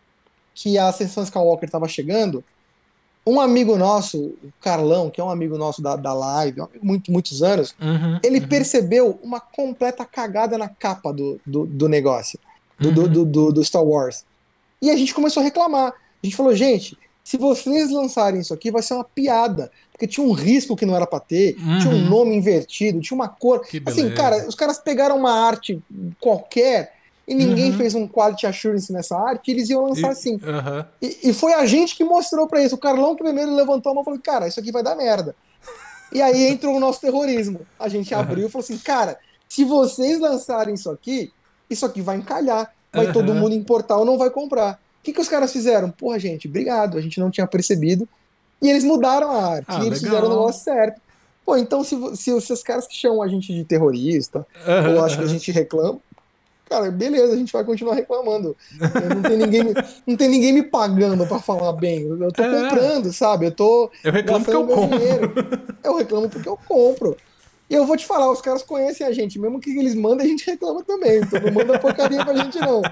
que a Ascensão Skywalker estava chegando, um amigo nosso, o Carlão, que é um amigo nosso da, da live, há muito, muitos anos, uhum, ele uhum. percebeu uma completa cagada na capa do, do, do negócio, do, uhum. do, do, do Star Wars. E a gente começou a reclamar. A gente falou, gente, se vocês lançarem isso aqui, vai ser uma piada. Porque tinha um risco que não era pra ter, Uhum. tinha um nome invertido, tinha uma cor. Que Assim, beleza. cara, os caras pegaram uma arte qualquer e ninguém Uhum. fez um quality assurance nessa arte, e eles iam lançar E- assim. aham. E, e foi a gente que mostrou pra isso. O Carlão primeiro levantou a mão e falou, cara, isso aqui vai dar merda. E aí entrou o nosso terrorismo. A gente abriu e falou assim, cara, se vocês lançarem isso aqui, isso aqui vai encalhar. Vai Aham. todo mundo importar ou não vai comprar. O que, que os caras fizeram? Porra, gente, obrigado. A gente não tinha percebido. E eles mudaram a arte. Ah, e eles legal. fizeram o negócio certo. Pô, então se, vo- se, se os caras que chamam a gente de terrorista, Aham, ou acham que a aham. gente reclama, cara, beleza, a gente vai continuar reclamando. Não tem ninguém, me- não tem ninguém me pagando pra falar bem. Eu tô É. comprando, sabe? Eu tô Eu reclamo gastando porque eu meu compro. dinheiro. Eu reclamo porque eu compro. E eu vou te falar, os caras conhecem a gente, mesmo que eles mandem, a gente reclama também. Então não manda porcaria pra gente, não.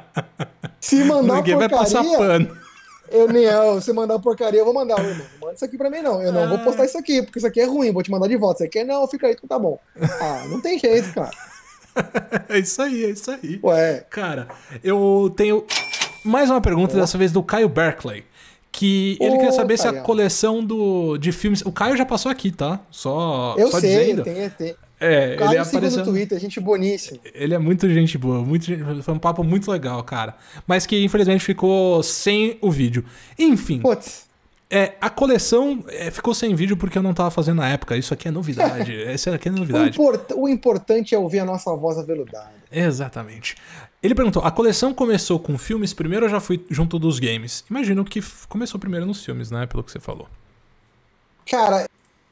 Se mandar Ninguém vai passar porcaria, pano. eu nem eu, se mandar porcaria, eu vou mandar. Ô, irmão, não manda isso aqui pra mim, não. Eu não vou postar isso aqui, porque isso aqui é ruim, vou te mandar de volta. Você quer? Não, fica aí, então tá bom. Ah, não tem jeito, cara. É isso aí, é isso aí. Ué. Cara, eu tenho mais uma pergunta, Ó. dessa vez do Caio Berkeley. Que ele Ô, quer saber se a Caio. coleção do, de filmes. O Caio já passou aqui, tá? Só, Eu só sei, dizendo. tem, tem. É, ele Caio siga apareceu. no Twitter, gente boníssima. Ele é muito gente boa, muito gente- foi um papo muito legal, cara. Mas que infelizmente ficou sem o vídeo. Enfim, Putz, é, a coleção é, ficou sem vídeo porque eu não tava fazendo na época. Isso aqui é novidade. Isso aqui é o, novidade. import- o importante é ouvir a nossa voz aveludada. Exatamente. Ele perguntou: a coleção começou com filmes primeiro ou já foi junto dos games? Imagino que f- começou primeiro nos filmes, né? Pelo que você falou. Cara,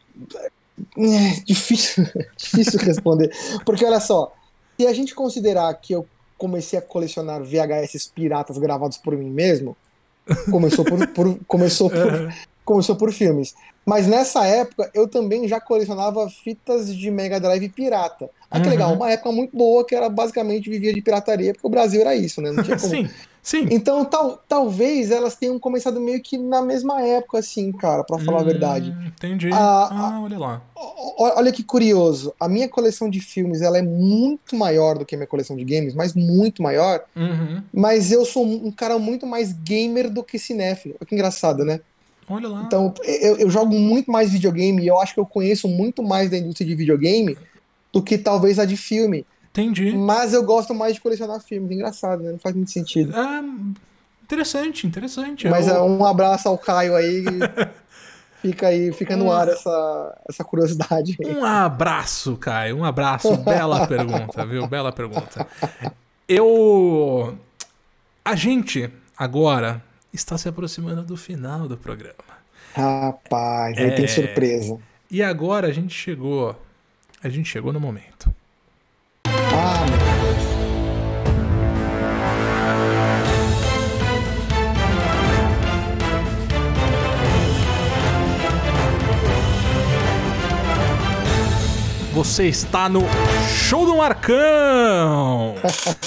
é difícil, difícil responder. Porque olha só, se a gente considerar que eu comecei a colecionar V H S piratas gravados por mim mesmo, começou por, por- começou por, começou por filmes. Mas nessa época eu também já colecionava fitas de Mega Drive pirata. Ah, que Uhum. legal, uma época muito boa que era basicamente vivia de pirataria, porque o Brasil era isso, né? Não tinha como. Sim, sim. Então, tal, talvez elas tenham começado meio que na mesma época, assim, cara, pra falar a verdade. Hum, Entendi. Ah, Ah, olha lá. O- Olha que curioso, a minha coleção de filmes ela é muito maior do que a minha coleção de games, mas muito maior. Uhum. Mas eu sou um cara muito mais gamer do que cinéfilo. Olha que engraçado, né? Olha lá. Então, eu, eu jogo muito mais videogame e eu acho que eu conheço muito mais da indústria de videogame do que talvez a de filme. Entendi. Mas eu gosto mais de colecionar filmes. Engraçado, né? Não faz muito sentido. Ah, interessante, interessante. Mas Eu- é um abraço ao Caio aí. Fica aí, fica no ar essa, essa curiosidade aí. Um abraço, Caio. Um abraço. Bela pergunta, viu? Bela pergunta. Eu. A gente agora está se aproximando do final do programa. Rapaz, aí É. tem surpresa. E agora a gente chegou. A gente chegou no momento. Ah, meu Deus. Você está no Show do Marcão!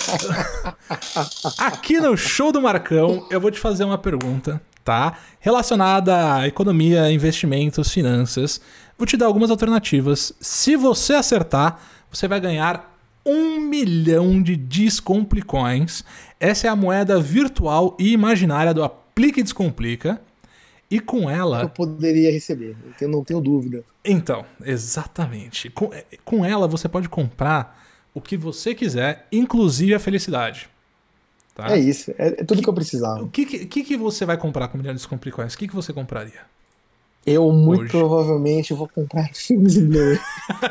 Aqui no Show do Marcão, eu vou te fazer uma pergunta, tá? Relacionada à economia, investimentos, finanças. Vou te dar algumas alternativas. Se você acertar, você vai ganhar um milhão de Descomplicoins. Essa é a moeda virtual e imaginária do Aplique Descomplica. E com ela... Eu poderia receber, eu não tenho dúvida. Então, exatamente. Com, com ela você pode comprar o que você quiser, inclusive a felicidade. Tá? É isso, é, é tudo que, eu precisava. O que, que, que você vai comprar com milhão de Descomplicoins? O que, que você compraria? Eu muito Hoje. provavelmente vou comprar filmes em Blu-ray.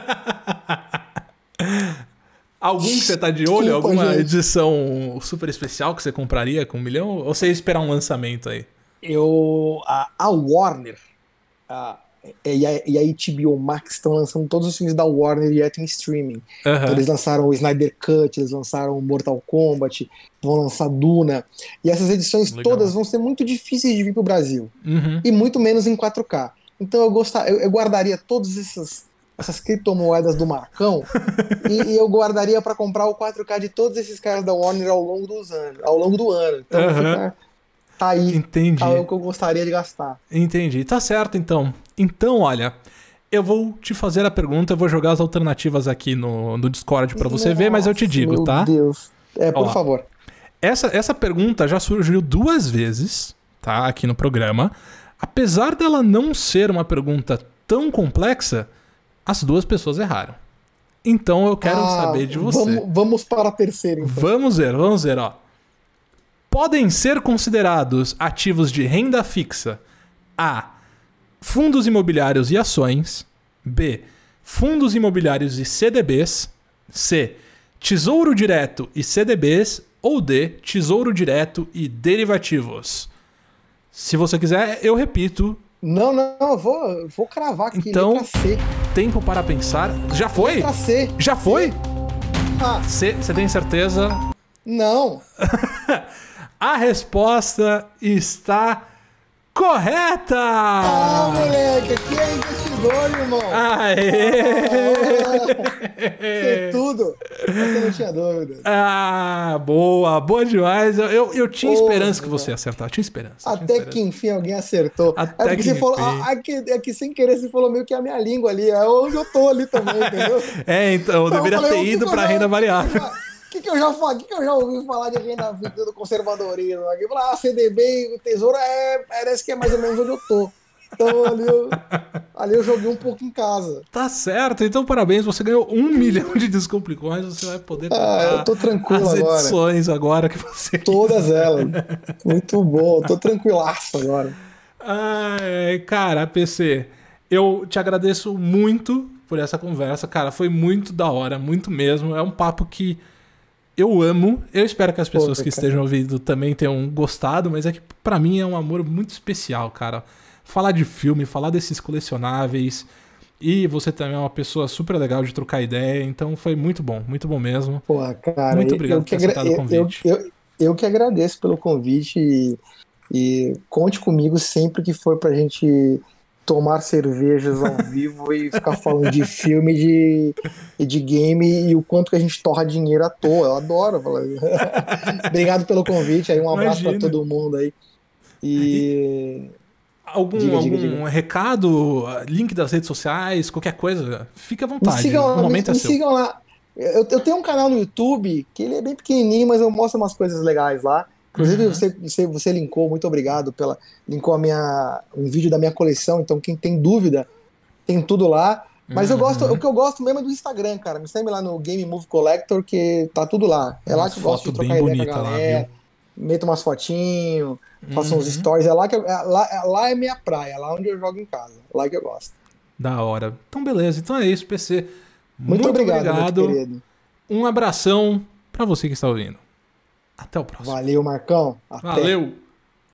Algum que você tá de olho? Desculpa, Alguma gente. edição super especial que você compraria com um milhão? Ou você ia esperar um lançamento aí? Eu, a, a Warner a, e, a, e a H B O Max estão lançando todos os filmes da Warner direto em streaming. Aham. Então, eles lançaram o Snyder Cut, eles lançaram Mortal Kombat, vão lançar Duna. E essas edições Legal. todas vão ser muito difíceis de vir pro Brasil. Uhum. E muito menos em quatro K. Então eu, gostar, eu, eu guardaria todas essas, essas criptomoedas do Marcão e, e eu guardaria para comprar o quatro K de todos esses caras da Warner ao longo dos anos, ao longo do ano. Então Aham. fica, tá aí, Entendi. tá, é o que eu gostaria de gastar. Entendi. Tá certo, então. Então, olha, eu vou te fazer a pergunta, eu vou jogar as alternativas aqui no, no Discord pra você ver, mas eu te Nossa, digo, meu tá? Deus. É, por Ó. favor. Essa, essa pergunta já surgiu duas vezes, tá? Aqui no programa. Apesar dela não ser uma pergunta tão complexa, as duas pessoas erraram. Então eu quero ah, saber de você. Vamos, vamos para a terceira, então. Vamos ver, vamos ver, ó. Podem ser considerados ativos de renda fixa A. Fundos imobiliários e ações. B. Fundos imobiliários e C D Bs. C. Tesouro Direto e C D Bs. Ou D. Tesouro Direto e derivativos. Se você quiser, eu repito. Não, não, eu vou, vou cravar aqui. Então, letra C. Tempo para pensar. Já foi? Letra C. Já foi? Ah. C. Você tem certeza? Não. A resposta está correta! Ah, moleque, aqui é investidor, irmão! Aê! Ah, sei tudo! Essa não tinha dúvida. Ah, boa, boa demais. Eu, eu, eu tinha Porra, esperança que você ia acertar, eu tinha esperança. Até tinha esperança. Que enfim alguém acertou. Até é porque que você enfim. falou, ah, aqui, aqui sem querer você falou meio que a minha língua ali, é onde eu tô ali também, entendeu? É, então, eu então, deveria eu falei, ter ido pra já, renda variável. O que, que, eu já, que, que eu já ouvi falar de renda fixa do conservadorismo? Aqui, falar, ah, C D B e o Tesouro é, parece que é mais ou menos onde eu tô. Então ali eu, ali eu joguei um pouco em casa. Tá certo, então parabéns, você ganhou um milhão de Descomplicões, você vai poder ah, eu tô tranquilo as agora. edições agora que você Todas quiser. Elas. Muito bom, tô tranquilaço agora. Ai, cara, P C, eu te agradeço muito por essa conversa, cara, foi muito da hora, muito mesmo, é um papo que eu amo, eu espero que as pessoas Pô, que cara. estejam ouvindo também tenham gostado, mas é que pra mim é um amor muito especial, cara. Falar de filme, falar desses colecionáveis, e você também é uma pessoa super legal de trocar ideia, então foi muito bom, muito bom mesmo. Pô, cara, muito obrigado eu por ter aceitado o convite. Eu, eu, eu que agradeço pelo convite e, e conte comigo sempre que for pra gente tomar cervejas ao vivo e ficar falando de filme de, e de game e o quanto que a gente torra dinheiro à toa. Eu adoro falar isso. Obrigado pelo convite, aí um abraço para todo mundo aí. E... Algum, diga, algum diga, diga. recado, link das redes sociais, qualquer coisa, fica à vontade. Me sigam, o momento me, é me seu. sigam lá. Eu, eu tenho um canal no YouTube que ele é bem pequenininho, mas eu mostro umas coisas legais lá. Inclusive, uhum. você, você, você linkou, muito obrigado pela. Linkou a minha, um vídeo da minha coleção, então quem tem dúvida, tem tudo lá. Mas uhum. eu gosto, o que eu gosto mesmo é do Instagram, cara. Me segue lá no Game Move Collector, que tá tudo lá. É lá que eu gosto de trocar ideia com a galera. Lá, meto umas fotinhos, faço uhum. uns stories. É lá, que eu, é, lá, é, lá é minha praia, é lá onde eu jogo em casa. É lá que eu gosto. Da hora. Então, beleza. Então é isso, P C. Muito, muito obrigado, obrigado. Muito querido. Um abração pra você que está ouvindo. Até o próximo. Valeu, Marcão. Até. Valeu.